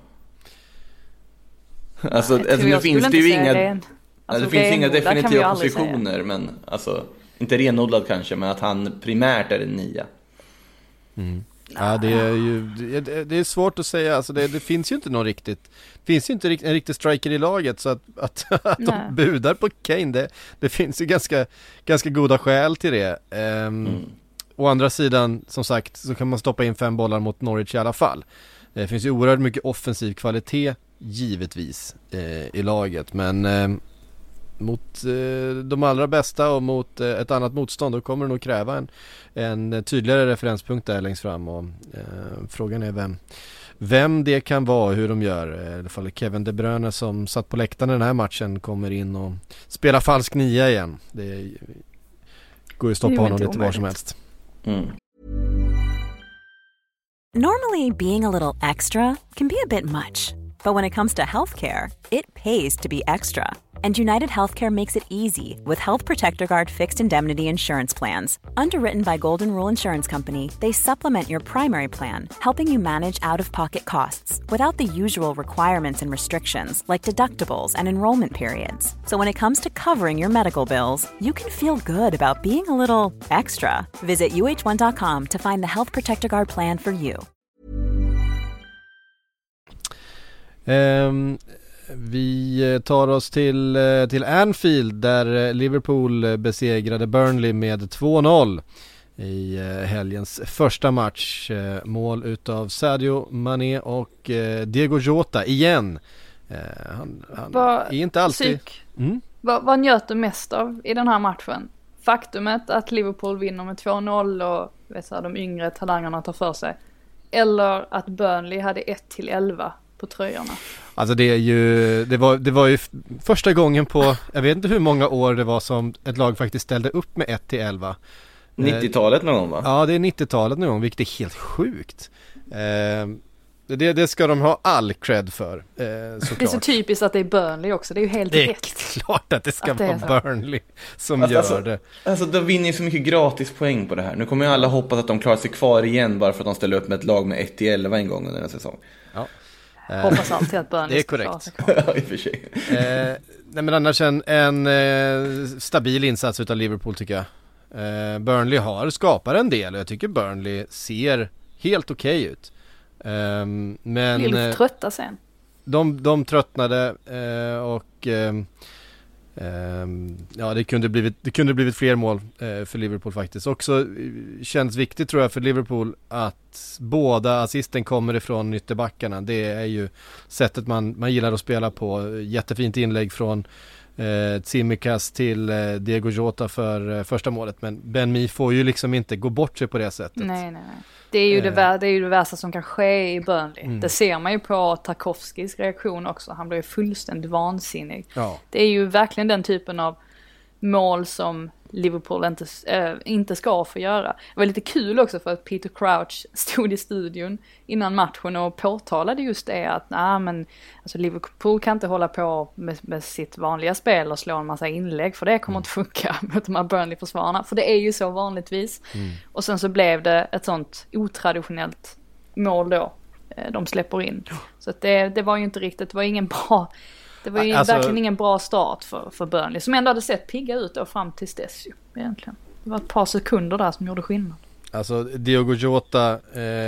Alltså, det finns det ju inga... Alltså, det finns inga definitiva positioner, men alltså inte renodlad kanske, men att han primärt är en 9. Ja, det är ju det är svårt att säga. Alltså det finns ju inte någon riktigt. Finns ju inte en riktig striker i laget, så att de budar på Kane. Det finns ju ganska goda skäl till det. Å andra sidan, som sagt, så kan man stoppa in 5 bollar mot Norwich i alla fall. Det finns ju oerhört mycket offensiv kvalitet givetvis i laget, men mot de allra bästa och mot ett annat motstånd, då kommer det nog kräva en tydligare referenspunkt där längst fram, och frågan är vem det kan vara, hur de gör. I alla fall Kevin De Bruyne, som satt på läktaren i den här matchen, kommer in och spelar falsk 9 igen. Det går ju att stoppa honom lite var som helst. Normally, being a little extra can be a bit much, but when it comes to healthcare, it pays to be extra. And United Healthcare makes it easy with Health Protector Guard fixed indemnity insurance plans. Underwritten by Golden Rule Insurance Company, they supplement your primary plan, helping you manage out-of-pocket costs without the usual requirements and restrictions like deductibles and enrollment periods. So when it comes to covering your medical bills, you can feel good about being a little extra. Visit uh1.com to find the Health Protector Guard plan for you. Vi tar oss till Anfield, där Liverpool besegrade Burnley med 2-0 i helgens första match. Mål utav Sadio Mané och Diego Jota igen. Han är inte alltid... Vad njöt du mest av i den här matchen? Faktumet att Liverpool vinner med 2-0 och de yngre talangerna tar för sig, eller att Burnley hade 1-11 på tröjorna? Alltså det var ju första gången på, jag vet inte hur många år det var som ett lag faktiskt ställde upp med 1-11. 90-talet någon gång, va? Ja, det är 90-talet någon gång, vilket är helt sjukt. Det ska de ha all cred för, såklart. Det är så typiskt att det är Burnley också, det är ju helt rätt. Det är klart att det ska vara Burnley som gör det. Alltså de vinner ju så mycket gratis poäng på det här. Nu kommer ju alla hoppas att de klarar sig kvar igen bara för att de ställer upp med ett lag med 1-11 en gång under en säsong. Ja. Hoppas alltid att Burnley ska klara sig kvar. Ja, i och för sig. Nej, men annars en stabil insats utav Liverpool, tycker jag. Burnley skapar en del, och jag tycker Burnley ser helt okej ut. Men Blir trötta sen. De tröttnade och ja, det kunde blivit fler mål för Liverpool faktiskt. Också känns viktigt, tror jag, för Liverpool att båda assisten kommer ifrån ytterbackarna. Det är ju sättet man gillar att spela på. Jättefint inlägg från Tsimikas till Diego Jota för första målet, men Ben Mee får ju liksom inte gå bort sig på det sättet. Nej. Det är ju det värsta som kan ske i Burnley. Det ser man ju på Tarkovskis reaktion också. Han blir ju fullständigt vansinnig. Ja. Det är ju verkligen den typen av mål som Liverpool inte ska få göra. Det var lite kul också, för att Peter Crouch stod i studion innan matchen och påtalade just det, att alltså Liverpool kan inte hålla på med sitt vanliga spel och slå en massa inlägg, för det kommer inte funka mot de här Burnley-försvararna, för det är ju så vanligtvis. Och sen så blev det ett sånt otraditionellt mål då de släpper in. Så att det var ju inte riktigt, det var ingen bra... Det var ju verkligen ingen bra start för Burnley, som ändå hade sett pigga ut då fram till dess ju, egentligen. Det var ett par sekunder där som gjorde skillnad. Alltså Diogo Jota,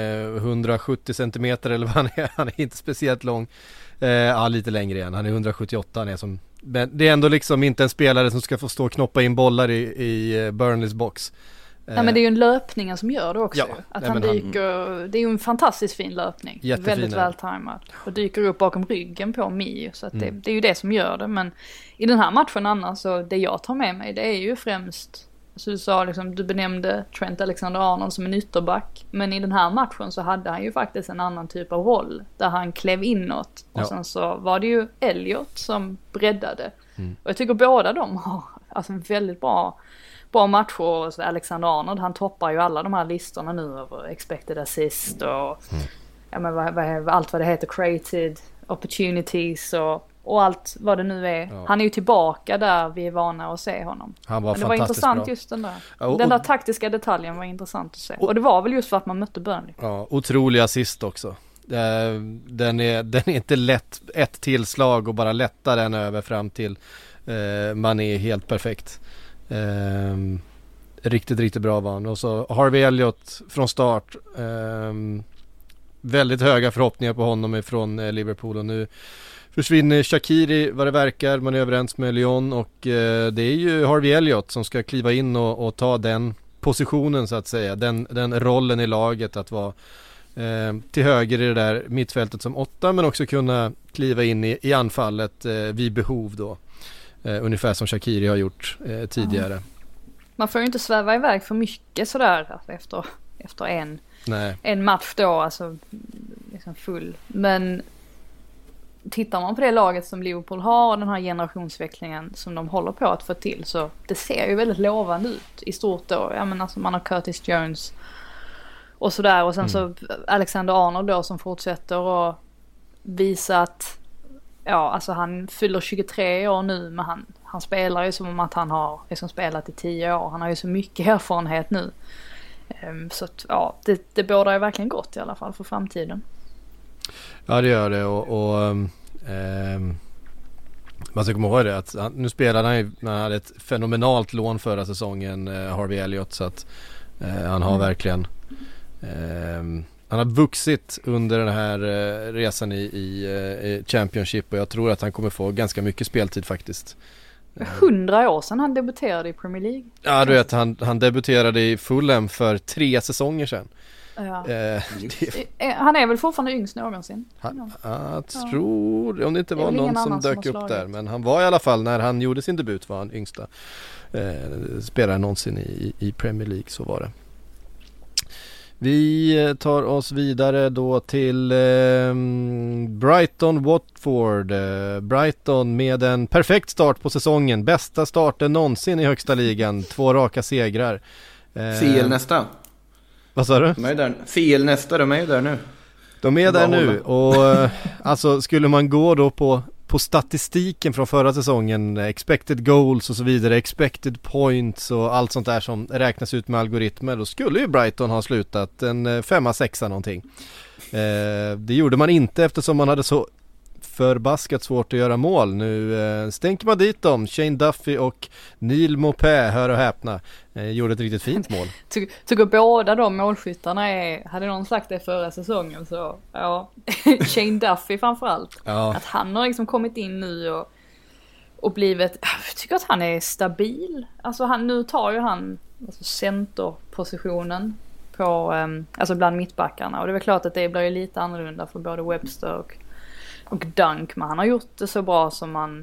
170 centimeter eller vad han är inte speciellt lång. Ja, lite längre igen. Han är 178, men det är ändå liksom inte en spelare som ska få stå och knoppa in bollar i Burnleys box. Ja, men det är ju en löpning som gör det också. Ja, att han dyker, det är ju en fantastiskt fin löpning. Väldigt vältajmad. Och dyker upp bakom ryggen på Mee. Så att det är ju det som gör det. Men i den här matchen annars, så det jag tar med mig, det är ju främst, så du sa liksom, du benämnde Trent Alexander-Arnold som en ytterback. Men i den här matchen så hade han ju faktiskt en annan typ av roll, där han klev inåt. Och sen så var det ju Elliot som breddade. Och jag tycker båda de har alltså en väldigt bra matcher. Och Alexander-Arnold, han toppar ju alla de här listorna nu över expected assist och allt vad det heter, created opportunities och allt vad det nu är. Ja. Han är ju tillbaka där vi är vana att se honom. Han var det var intressant bra. Just den där taktiska detaljen var intressant att se. Och det var väl just för att man mötte Burnley. Ja, otrolig assist också. Den är inte lätt, ett tillslag och bara lätta den över fram till man är helt perfekt. Riktigt, riktigt bra var han. Och så Harvey Elliott från start. Väldigt höga förhoppningar på honom ifrån Liverpool, och nu försvinner Shaqiri vad det verkar. Man är överens med Lyon, och det är ju Harvey Elliott som ska kliva in och ta den positionen så att säga. Den rollen i laget att vara till höger i det där mittfältet som 8, men också kunna kliva in i anfallet vid behov då. Ungefär som Shaqiri har gjort tidigare. Man får ju inte sväva iväg för mycket sådär efter en match då, alltså liksom full. Men tittar man på det laget som Liverpool har och den här generationsväxlingen som de håller på att få till, så det ser ju väldigt lovande ut i stort då. Ja, men alltså man har Curtis Jones och sådär, och sen så Alexander Arnold då som fortsätter att visa att alltså han fyller 23 år nu, men han spelar ju som att han har liksom spelat i 10 år. Han har ju så mycket erfarenhet nu. Så att, det bådar ju verkligen gott i alla fall för framtiden. Ja, det gör det, och man ska komma ihåg det att nu spelar han hade ett fenomenalt lån förra säsongen, Harvey Elliott, så att han har verkligen han har vuxit under den här resan i Championship, och jag tror att han kommer få ganska mycket speltid faktiskt. 100 år sedan han debuterade i Premier League. Ja, du vet, han debuterade i Fulham för 3 säsonger sedan. Ja. Han är väl fortfarande yngst någonsin? Jag tror, om det inte var någon som dök upp där, men han var i alla fall, när han gjorde sin debut var han yngsta spelare någonsin i Premier League, så var det. Vi tar oss vidare då till Brighton-Watford. Brighton med en perfekt start på säsongen. Bästa starten någonsin i högsta ligan. 2 raka segrar. CL nästa. Vad sa du? CL nästa, de är ju där nu. De är där nu, och alltså skulle man gå då på statistiken från förra säsongen, expected goals och så vidare, expected points och allt sånt där som räknas ut med algoritmer, då skulle ju Brighton ha slutat en 5-6 någonting. Det gjorde man inte, eftersom man hade så förbaskat svårt att göra mål. Nu stänker man dit dem. Shane Duffy och Neil Maupay, hör och häpna, gjorde ett riktigt fint mål. Tycker båda de målskyttarna hade någon sagt det förra säsongen, så Shane Duffy framförallt. Ja. Att han har liksom kommit in nu och blivit, jag tycker att han är stabil. Alltså nu tar ju han centerpositionen på, alltså bland mittbackarna, och det är väl klart att det blir ju lite annorlunda för både Webster och Dunk, men han har gjort det så bra som man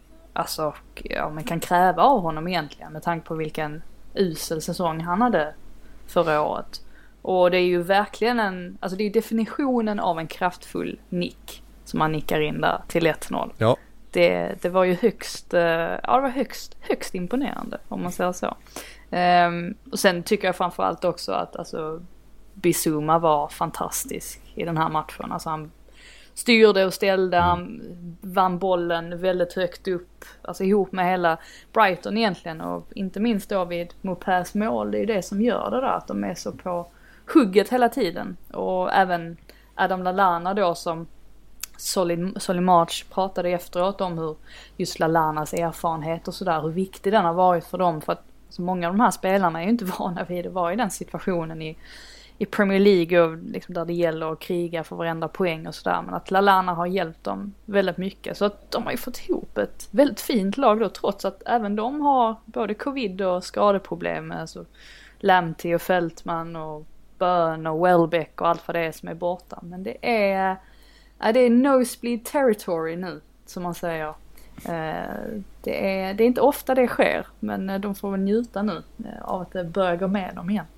kan kräva av honom egentligen, med tanke på vilken usel säsong han hade förra året. Och det är ju verkligen det är definitionen av en kraftfull nick som man nickar in där till 1-0. Ja. Det var ju högst imponerande, om man säger så. Och sen tycker jag framförallt också att Bissouma var fantastisk i den här matchen. Alltså han styrde och ställde, han vann bollen väldigt högt upp, alltså ihop med hela Brighton egentligen, och inte minst då vid Maupays mål. Det är ju det som gör det där, att de är så på hugget hela tiden. Och även Adam Lallana då, som Solly March pratade efteråt om hur just Lallanas erfarenhet och sådär, hur viktig den har varit för dem, för att så många av de här spelarna är ju inte vana vid att vara i den situationen i Premier League, och liksom där det gäller att kriga för varenda poäng och sådär, men att Lallana har hjälpt dem väldigt mycket, så att de har ju fått ihop ett väldigt fint lag då, trots att även de har både covid och skadeproblem, alltså Lamptey och Fältman och Byrne och Welbeck och allt vad det är som är borta. Men det är nosebleed territory nu, som man säger. Det är inte ofta det sker, men de får väl njuta nu av att det börjar gå med dem igen.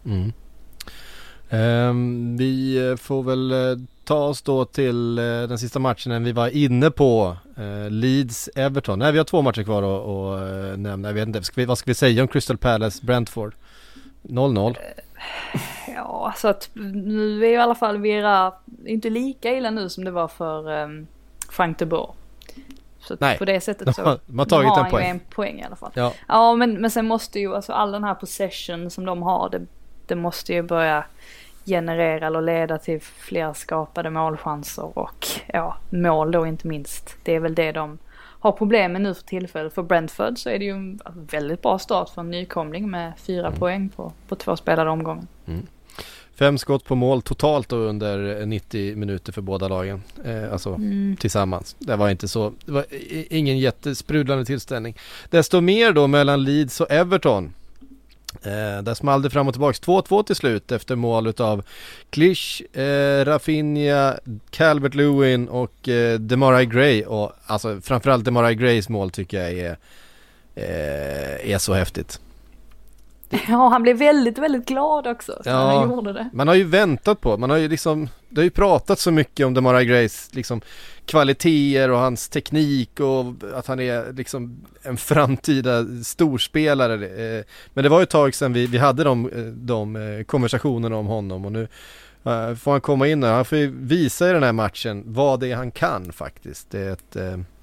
Vi får väl ta oss då till den sista matchen vi var inne på, Leeds-Everton. Nej, vi har 2 matcher kvar att nämna. Jag vet inte, vad ska vi säga om Crystal Palace-Brentford? 0-0. Ja, så att nu är i alla fall Vera inte lika illa nu som det var för Frank de Boer. Så på det sättet så man tagit en poäng. En poäng i alla fall. Men sen måste ju all den här possession som de har, det måste ju börja generera eller leda till fler skapade målchanser och mål då inte minst. Det är väl det de har problem med nu för tillfället. För Brentford så är det ju en väldigt bra start för en nykomling med 4 poäng på 2 spelade omgången. 5 skott på mål totalt då under 90 minuter för båda lagen. Tillsammans. Det var ingen jättesprudlande tillställning. Desto mer då mellan Leeds och Everton. Där small det fram och tillbaka 2-2 till slut efter mål utav Klisch, Rafinha, Calvert-Lewin och Demarai Gray. Och alltså framförallt Demarai Grays mål tycker jag är så häftigt. Ja, han blev väldigt, väldigt glad också när han gjorde det. Man har ju väntat på, det har ju pratat så mycket om Demarai Grays liksom kvaliteter och hans teknik och att han är liksom en framtida storspelare. Men det var ju ett tag sedan vi hade de konversationerna om honom, och nu får han komma in och han får ju visa i den här matchen vad det är han kan faktiskt. Det är ett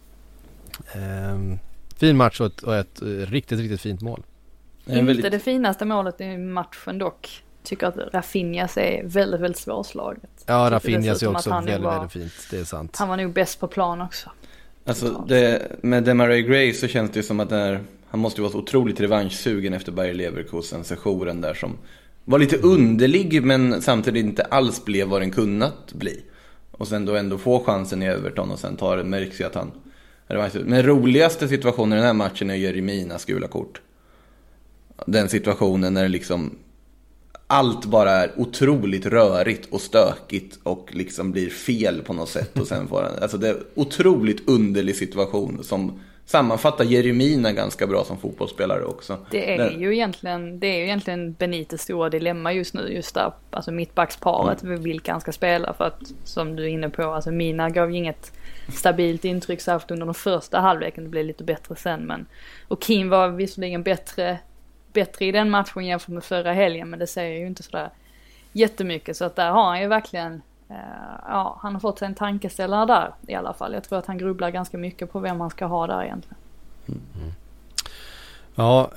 fin match och ett riktigt, riktigt fint mål. Inte det finaste målet i matchen dock. Tycker att Rafinhas är väldigt, väldigt svårslaget. Ja, Rafinhas är också väldigt, väldigt fint. Det är sant. Han var nog bäst på plan också. Alltså med Demarai Gray så känns det som att han måste vara så otroligt revanschsugen efter Bayer Leverkusen-sessionen där, som var lite underlig men samtidigt inte alls blev vad den kunnat bli. Och sen då ändå få chansen i Everton och sen märks ju att han men roligaste situationen i den här matchen är Jereminas gula kort. Den situationen när liksom allt bara är otroligt rörigt och stökigt och liksom blir fel på något sätt och sen får han, alltså det är otroligt underlig situation som sammanfattar Jeremina ganska bra som fotbollsspelare också. Det är ju egentligen Benites stora dilemma just nu, just där, alltså mittbacksparet, vilka han ska spela, för att som du är inne på, alltså Mina gav ju inget stabilt intryck särskilt under den första halvleken, det blev lite bättre sen, och Keane var visserligen bättre i den matchen jämfört med förra helgen, men det säger ju inte sådär jättemycket, så att där har han ju verkligen han har fått sig en tankeställare där i alla fall. Jag tror att han grubblar ganska mycket på vem han ska ha där egentligen. Ja,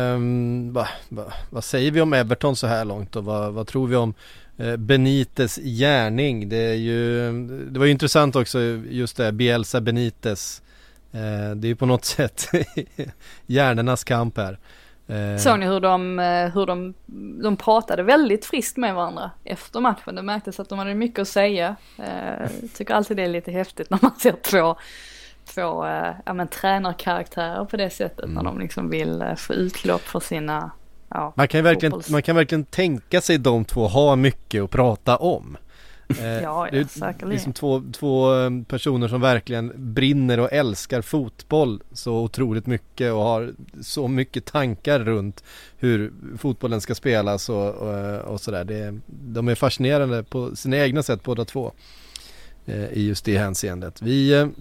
vad säger vi om Everton så här långt och vad tror vi om Benites gärning? Det var ju intressant också just det, Bielsa Benitez. Det är ju på något sätt hjärnornas kamp här. Såg ni hur de pratade väldigt friskt med varandra efter matchen? Det märktes att de hade mycket att säga. Tycker alltid det är lite häftigt när man ser två tränarkaraktärer på det sättet, när de liksom vill få utlopp för sina man kan verkligen tänka sig de två ha mycket att prata om. Ja, det är säkerligen. liksom två personer som verkligen brinner och älskar fotboll så otroligt mycket och har så mycket tankar runt hur fotbollen ska spelas och sådär. De är fascinerande på sina egna sätt båda två i just det hänseendet. Vi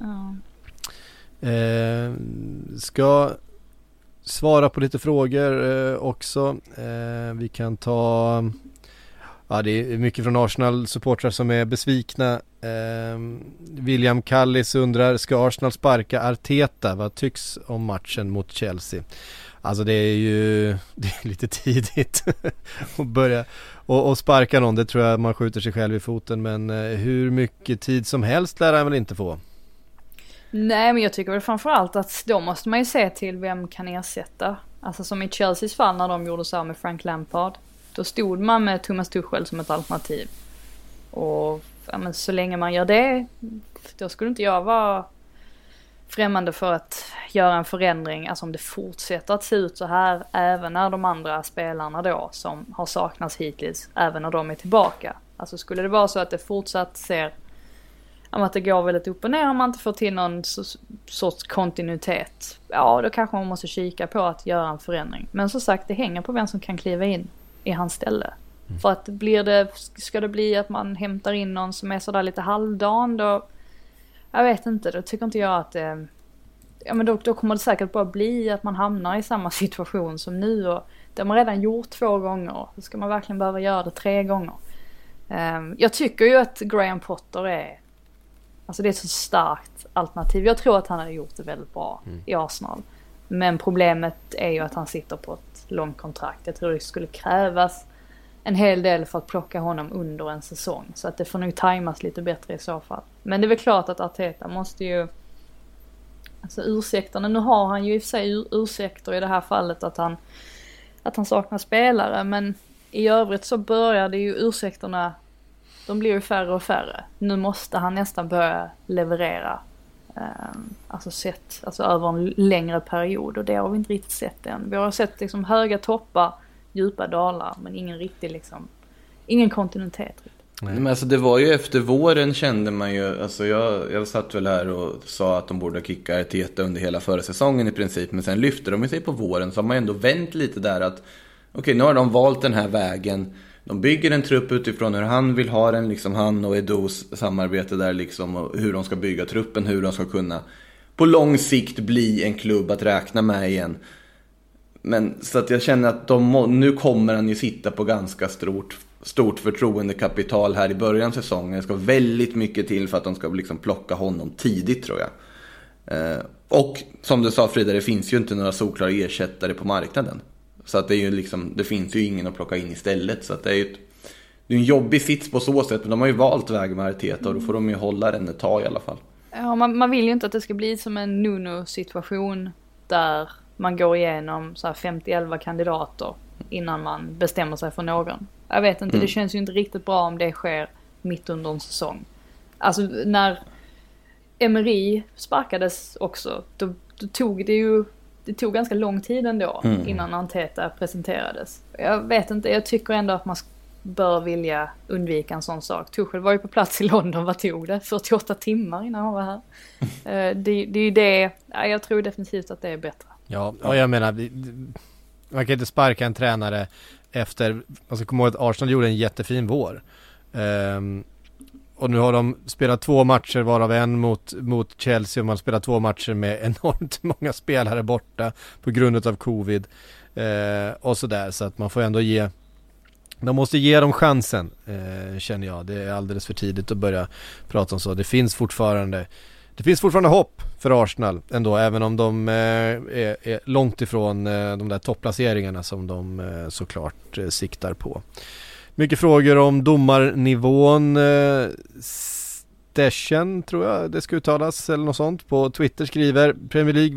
ska svara på lite frågor också. Vi kan ta... Ja, det är mycket från Arsenal-supportrar som är besvikna. William Kallis undrar, ska Arsenal sparka Arteta? Vad tycks om matchen mot Chelsea? Alltså det är lite tidigt att börja och sparka någon. Det tror jag man skjuter sig själv i foten. Men hur mycket tid som helst lär han väl inte få? Nej, men jag tycker väl framförallt att då måste man ju se till vem kan ersätta. Alltså som i Chelseas fall när de gjorde så här med Frank Lampard. Då stod man med Thomas Tuchel som ett alternativ. Och men så länge man gör det, då skulle inte jag vara främmande för att göra en förändring. Alltså om det fortsätter att se ut så här, även när de andra spelarna då som har saknats hittills, även när de är tillbaka. Alltså skulle det vara så att det fortsatt ser att det går väldigt upp och ner, om man inte får till någon sorts kontinuitet, ja då kanske man måste kika på att göra en förändring. Men som sagt, det hänger på vem som kan kliva in i hans ställe. För att ska det bli att man hämtar in någon som är sådär lite halvdan, då jag vet inte, då tycker inte jag att men då kommer det säkert bara bli att man hamnar i samma situation som nu, och det har man redan gjort 2 gånger, så ska man verkligen behöva göra det 3 gånger. Jag tycker ju att Graham Potter är ett så starkt alternativ. Jag tror att han hade gjort det väldigt bra i Arsenal. Men problemet är ju att han sitter på ett långt kontrakt. Jag tror det skulle krävas en hel del för att plocka honom under en säsong. Så att det får nog tajmas lite bättre i så fall. Men det är väl klart att Arteta måste ju alltså ursäkterna, nu har han ju i och för sig ursäkter i det här fallet att han saknar spelare, men i övrigt så börjar det ju ursäkterna, de blir ju färre och färre. Nu måste han nästan börja leverera. Alltså över en längre period, och det har vi inte riktigt sett än. Vi har sett liksom höga toppar, djupa dalar, men ingen kontinuitet. Men alltså det var ju efter våren kände man ju, alltså jag satt väl här och sa att de borde kicka Arteta under hela förra säsongen i princip, men sen lyfte de sig på våren, så har man ändå vänt lite där att okej, nu har de valt den här vägen. De bygger en trupp utifrån hur han vill ha den, liksom han och Edos samarbete där liksom, och hur de ska bygga truppen, hur de ska kunna på lång sikt bli en klubb att räkna med igen. Men så att jag känner att nu kommer han ju sitta på ganska stort förtroendekapital här i början av säsongen. Det ska väldigt mycket till för att de ska liksom plocka honom tidigt, tror jag. Och som du sa, Frida, det finns ju inte några solklara ersättare på marknaden. Så att det är ju liksom, det finns ju ingen att plocka in istället. Så att det är en jobbig sits på så sätt. Men de har ju valt väg med Arteta, och då får de ju hålla den ett tag i alla fall. Ja, man vill ju inte att det ska bli som en Nuno-situation där man går igenom så här 50-11 kandidater innan man bestämmer sig för någon. Jag vet inte, det känns ju inte riktigt bra om det sker mitt under en säsong. Alltså när Emery sparkades också, då tog det tog ganska lång tid ändå innan Arteta presenterades. Jag vet inte, jag tycker ändå att man bör vilja undvika en sån sak. Tuchel var ju på plats i London, vad tog det? 48 timmar innan han var här. Det är ju det, jag tror definitivt att det är bättre. Ja, och jag menar, man kan inte sparka en tränare efter, alltså kom ihåg att Arsenal gjorde en jättefin vår. Och nu har de spelat 2 matcher, varav en mot Chelsea, och man spelar 2 matcher med enormt många spelare borta på grund av covid och sådär, så att man får ändå de måste ge dem chansen, känner jag. Det är alldeles för tidigt att börja prata om så. Det finns fortfarande hopp för Arsenal ändå, även om de är långt ifrån de där topplaceringarna som de såklart siktar på. Mycket frågor om domarnivån. Station, tror jag det ska uttalas, eller något sånt, på Twitter skriver: Premier League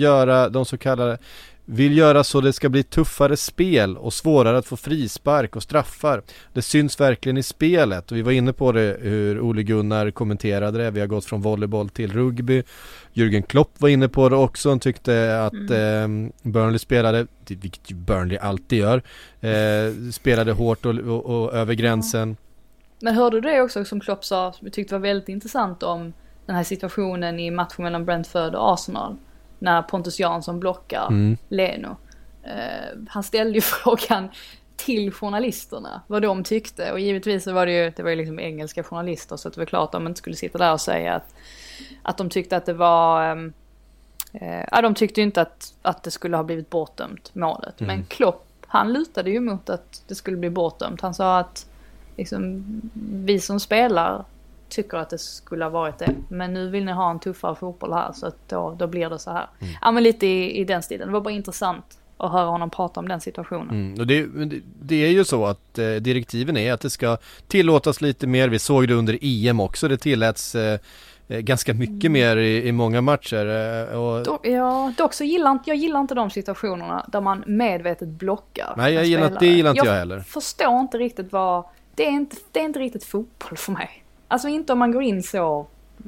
vill göra så det ska bli tuffare spel och svårare att få frispark och straffar. Det syns verkligen i spelet, och vi var inne på det, hur Ole Gunnar kommenterade det. Vi har gått från volleyboll till rugby. Jürgen Klopp var inne på det också. Han tyckte att Burnley spelade, vilket Burnley alltid gör, spelade hårt och över gränsen. Men hörde du det också som Klopp sa, som jag tyckte var väldigt intressant, om den här situationen i matchen mellan Brentford och Arsenal när Pontus Jansson blockar Leno. Han ställde ju frågan till journalisterna vad de tyckte, och givetvis så var det var ju liksom engelska journalister, så att det var klart att de inte skulle sitta där och säga att de tyckte att det var de tyckte ju inte att det skulle ha blivit bortdömt målet. Men Klopp, han lutade ju mot att det skulle bli bortdömt. Han sa att liksom, vi som spelar tycker att det skulle ha varit det, men nu vill ni ha en tuffare fotboll här, så att då blir det så här. Ja, men lite i den stilen. Det var bara intressant att höra honom prata om den situationen. Och det är ju så att direktiven är att det ska tillåtas lite mer. Vi såg det under EM också, det tilläts ganska mycket mer i många matcher. Dock så gillar inte de situationerna där man medvetet blockar. Nej, jag gillar inte jag heller. Jag förstår inte riktigt vad det är inte riktigt fotboll för mig. Alltså inte om man går in så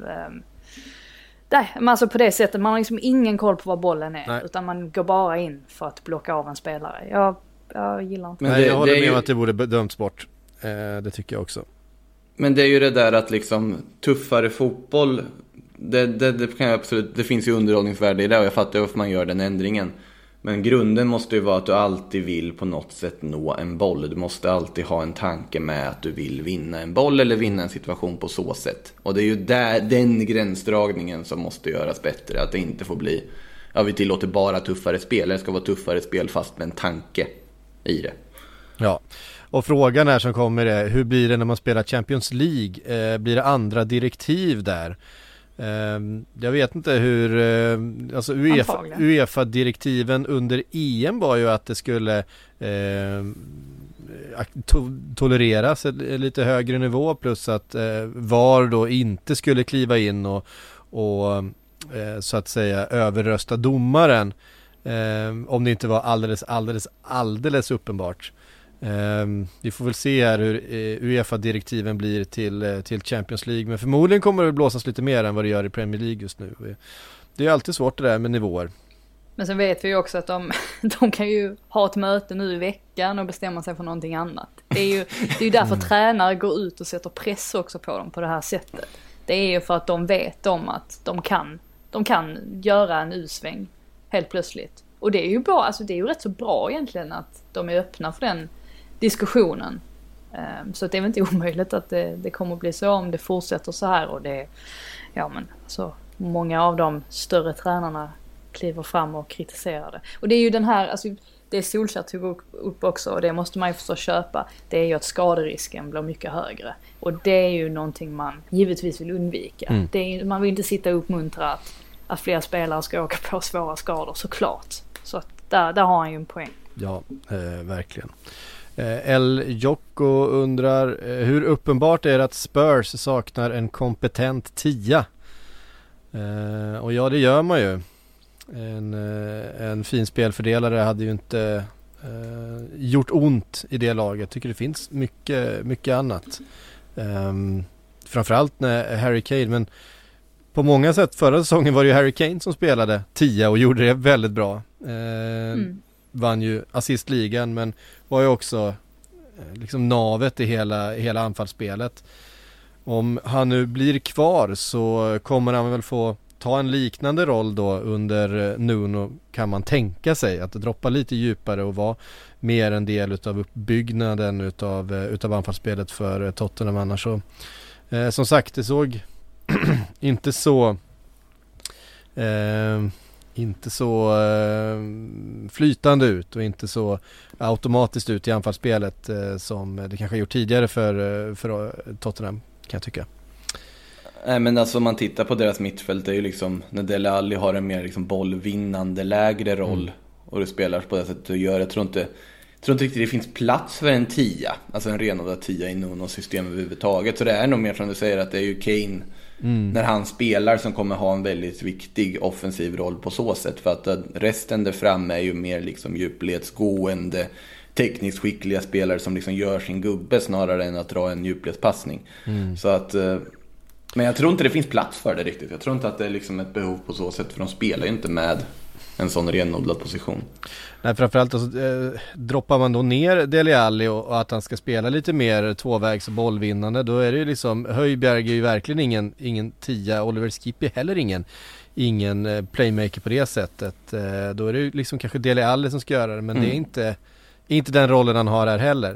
men alltså på det sättet, man har liksom ingen koll på vad bollen är. Nej. Utan man går bara in för att blocka av en spelare. Jag gillar inte. Men jag håller med om att det borde dömts bort. Det tycker jag också. Men det är ju det där att liksom tuffare fotboll, det kan jag absolut, det finns ju underhållningsvärde i det, och jag fattar varför man gör den ändringen. Men grunden måste ju vara att du alltid vill på något sätt nå en boll. Du måste alltid ha en tanke med att du vill vinna en boll eller vinna en situation på så sätt. Och det är ju den gränsdragningen som måste göras bättre. Att det inte får bli, vi tillåter bara tuffare spel. Det ska vara tuffare spel fast med en tanke i det. Ja, och frågan är som kommer är, hur blir det när man spelar Champions League? Blir det andra direktiv där? Jag vet inte hur, alltså UEFA-direktiven under EM var ju att det skulle tolereras lite högre nivå, plus att VAR då inte skulle kliva in och så att säga överrösta domaren, om det inte var alldeles uppenbart. Vi får väl se här hur UEFA-direktiven blir till Champions League, men förmodligen kommer det blåsas lite mer än vad det gör i Premier League just nu. Det är alltid svårt det där med nivåer. Men sen vet vi ju också att de kan ju ha ett möte nu i veckan och bestämma sig för någonting annat. Det är ju därför tränare går ut och sätter press också på dem på det här sättet. Det är ju för att de vet om att de kan göra en U-sväng helt plötsligt. Och det är ju bra, alltså det är ju rätt så bra egentligen att de är öppna för den diskussionen. Så det är väl inte omöjligt att det kommer att bli så om det fortsätter så här. Och det, ja men så många av de större tränarna kliver fram och kritiserar det. Och det är ju den här, alltså det Solskjaer tog upp också, och det måste man ju förstås köpa, det är ju att skaderisken blir mycket högre. Och det är ju någonting man givetvis vill undvika. Man vill inte sitta och uppmuntra att fler spelare ska åka på svåra skador, såklart. Så att där har han ju en poäng. Ja, verkligen. El Jocko undrar, hur uppenbart är det att Spurs saknar en kompetent 10? Och ja, det gör man ju. En fin spelfördelare hade ju inte gjort ont i det laget. Jag tycker det finns mycket annat. Framförallt när Harry Kane, men på många sätt förra säsongen var det ju Harry Kane som spelade 10 och gjorde det väldigt bra. Vann ju assistligan, men var ju också liksom navet i hela anfallsspelet. Om han nu blir kvar så kommer han väl få ta en liknande roll då under Nuno, kan man tänka sig, att droppa lite djupare och vara mer en del utav uppbyggnaden utav anfallsspelet för Tottenham. Annars så som sagt, det såg inte så flytande ut och inte så automatiskt ut i anfallsspelet som det kanske har gjort tidigare för Tottenham, kan jag tycka. Nej, men alltså om man tittar på deras mittfält, det är ju liksom när Dele Alli har en mer liksom bollvinnande lägre roll och det spelar på det sättet du gör. Jag tror inte riktigt det finns plats för en 10, alltså en renodlad 10 i något system överhuvudtaget. Så det är nog mer som du säger, att det är ju Kane när han spelar som kommer ha en väldigt viktig offensiv roll på så sätt. För att resten där framme är ju mer liksom djupledsgående, tekniskt skickliga spelare som liksom gör sin gubbe snarare än att dra en djupledspassning. Så att men jag tror inte det finns plats för det riktigt. Jag tror inte att det är liksom ett behov på så sätt, för de spelar ju inte med en sån renodlad position. Nej, framförallt alltså, droppar man då ner Dele Alli och att han ska spela lite mer tvåvägs och bollvinnande, då är det ju liksom, Højbjerg är ju verkligen ingen 10, Oliver Skipp är heller ingen playmaker på det sättet. Då är det ju liksom kanske Dele Alli som ska göra det, men det är inte den rollen han har här heller.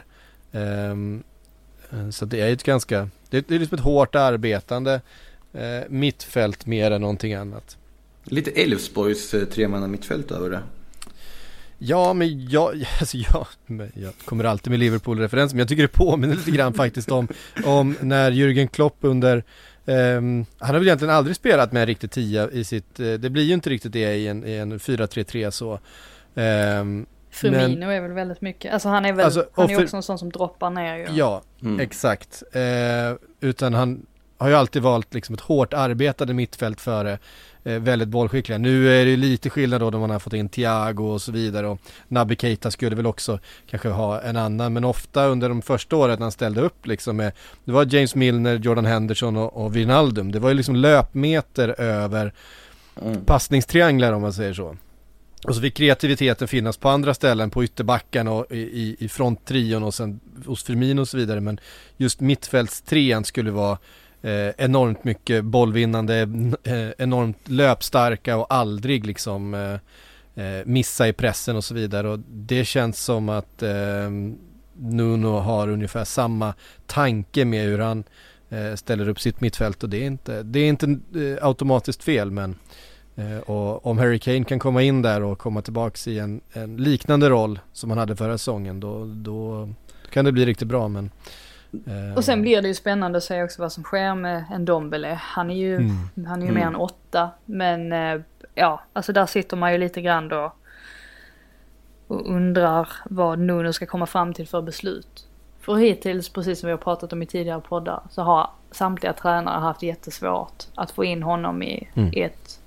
Så det är ju det är liksom ett hårt arbetande mittfält mer än någonting annat. Lite Elfsborgs tremanna mittfält över det. Ja, men jag kommer alltid med Liverpool-referens, men jag tycker det påminner lite grann faktiskt om när Jürgen Klopp under han har väl egentligen aldrig spelat med en riktigt 10 i sitt, det blir ju inte riktigt det i en 4-3-3 så. Firmino är väl väldigt mycket, alltså han är väl han är också en sån som droppar ner ju. Ja, exakt. Utan han har ju alltid valt liksom ett hårt arbetande mittfält före väldigt bollskickliga. Nu är det lite skillnad då man har fått in Thiago och så vidare, och Naby Keita skulle väl också kanske ha en annan, men ofta under de första åren när han ställde upp liksom det var James Milner, Jordan Henderson och Wijnaldum. Det var ju liksom löpmeter över passningstrianglar, om man säger så. Och så fick kreativiteten finnas på andra ställen, på ytterbackarna och i fronttrion och sen hos Firmino och så vidare. Men just mittfältstrian skulle vara enormt mycket bollvinnande, enormt löpstarka och aldrig liksom missa i pressen och så vidare. Och det känns som att Nuno har ungefär samma tanke med hur han ställer upp sitt mittfält, och det är inte automatiskt fel, men och om Harry Kane kan komma in där och komma tillbaka i en liknande roll som han hade förra säsongen, då kan det bli riktigt bra. Men och sen blir det ju spännande att se också vad som sker med en Ndombele. Han är ju mer än 8, men ja, alltså där sitter man ju lite grann då och undrar vad Nuno ska komma fram till för beslut. För hittills, precis som vi har pratat om i tidigare poddar, så har samtliga tränare haft jättesvårt att få in honom i ett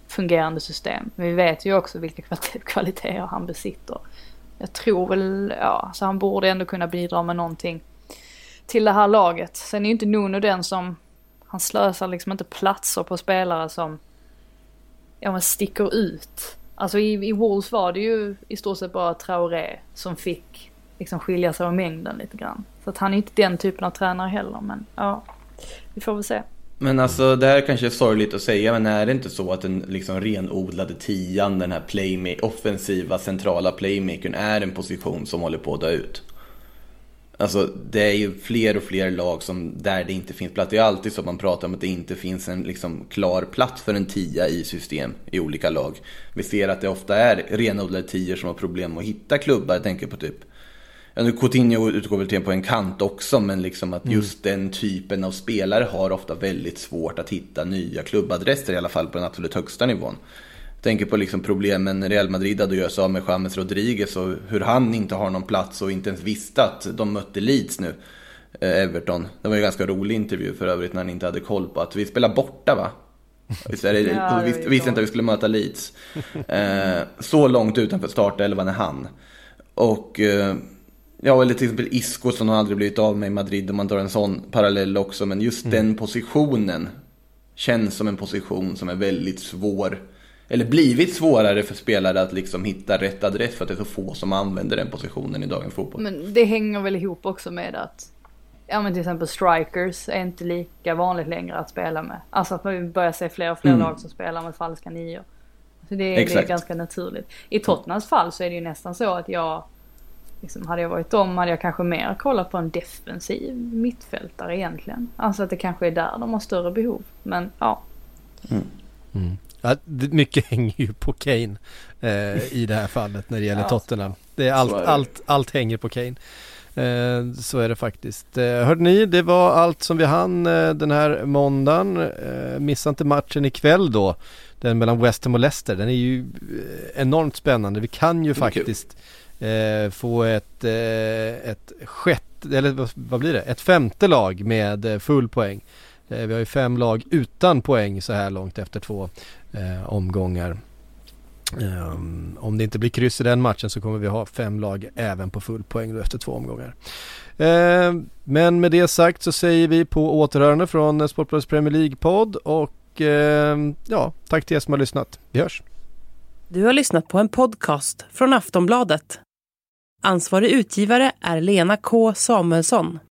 fungerande system. Men vi vet ju också vilka kvaliteter han besitter. Jag tror väl, så han borde ändå kunna bidra med någonting till det här laget. Sen är ju inte Nuno den som, han slösar liksom inte platser på spelare som sticker ut. Alltså i Wolves var det ju i stort sett bara Traoré som fick liksom skilja sig av mängden lite grann. Så att han är inte den typen av tränare heller, men vi får väl se. Men alltså det här kanske är sorgligt att säga, men är det inte så att den liksom renodlade tian, den här offensiva centrala playmakern, är en position som håller på att dö ut? Alltså det är ju fler och fler lag där det inte finns plats. Det är alltid så man pratar om att det inte finns en liksom klar plats för en tia i system i olika lag. Vi ser att det ofta är renodlade tior som har problem att hitta klubbar. Jag tänker på typ, nu Coutinho utgår väl på en kant också, men liksom att just den typen av spelare har ofta väldigt svårt att hitta nya klubbadresser, i alla fall på den absolut högsta nivån. Jag tänker på liksom problemen Real Madrid hade att göra sig av med James Rodriguez och hur han inte har någon plats och inte ens visste att de mötte Leeds nu, Everton. Det var ju en ganska rolig intervju för övrigt när han inte hade koll på att vi spelar borta, va? Visste inte att vi skulle möta Leeds. Så långt utanför startelvan är han. Och eller till exempel Isco som har aldrig blivit av med i Madrid, om man tar en sån parallell också. Men just den positionen känns som en position som är väldigt svår, eller blivit svårare för spelare att liksom hitta rätt adress, för att det är så få som använder den positionen i dagens fotboll. Men det hänger väl ihop också med att till exempel strikers är inte lika vanligt längre att spela med. Alltså att vi börjar se fler och fler lag som spelar med falska nior. Så det är ganska naturligt. I Tottenhams fall så är det ju nästan så att hade jag varit hade jag kanske mer kollat på en defensiv mittfältare egentligen. Alltså att det kanske är där de har större behov. Men Ja, mycket hänger ju på Kane i det här fallet när det gäller Tottenham. Det är allt hänger på Kane. Så är det faktiskt. Hörde ni, det var allt som vi hann den här måndagen. Missa inte matchen ikväll då. Den mellan West Ham och Leicester. Den är ju enormt spännande. Vi kan ju faktiskt få ett femte lag med full poäng. Vi har ju 5 lag utan poäng så här långt efter 2 omgångar. Om det inte blir kryss i den matchen så kommer vi ha 5 lag även på full poäng då efter 2 omgångar. Men med det sagt så säger vi på återhörande från Sportbladets Premier League-podd och tack till er som har lyssnat. Vi hörs. Du har lyssnat på en podcast från Aftonbladet. Ansvarig utgivare är Lena K. Samuelsson.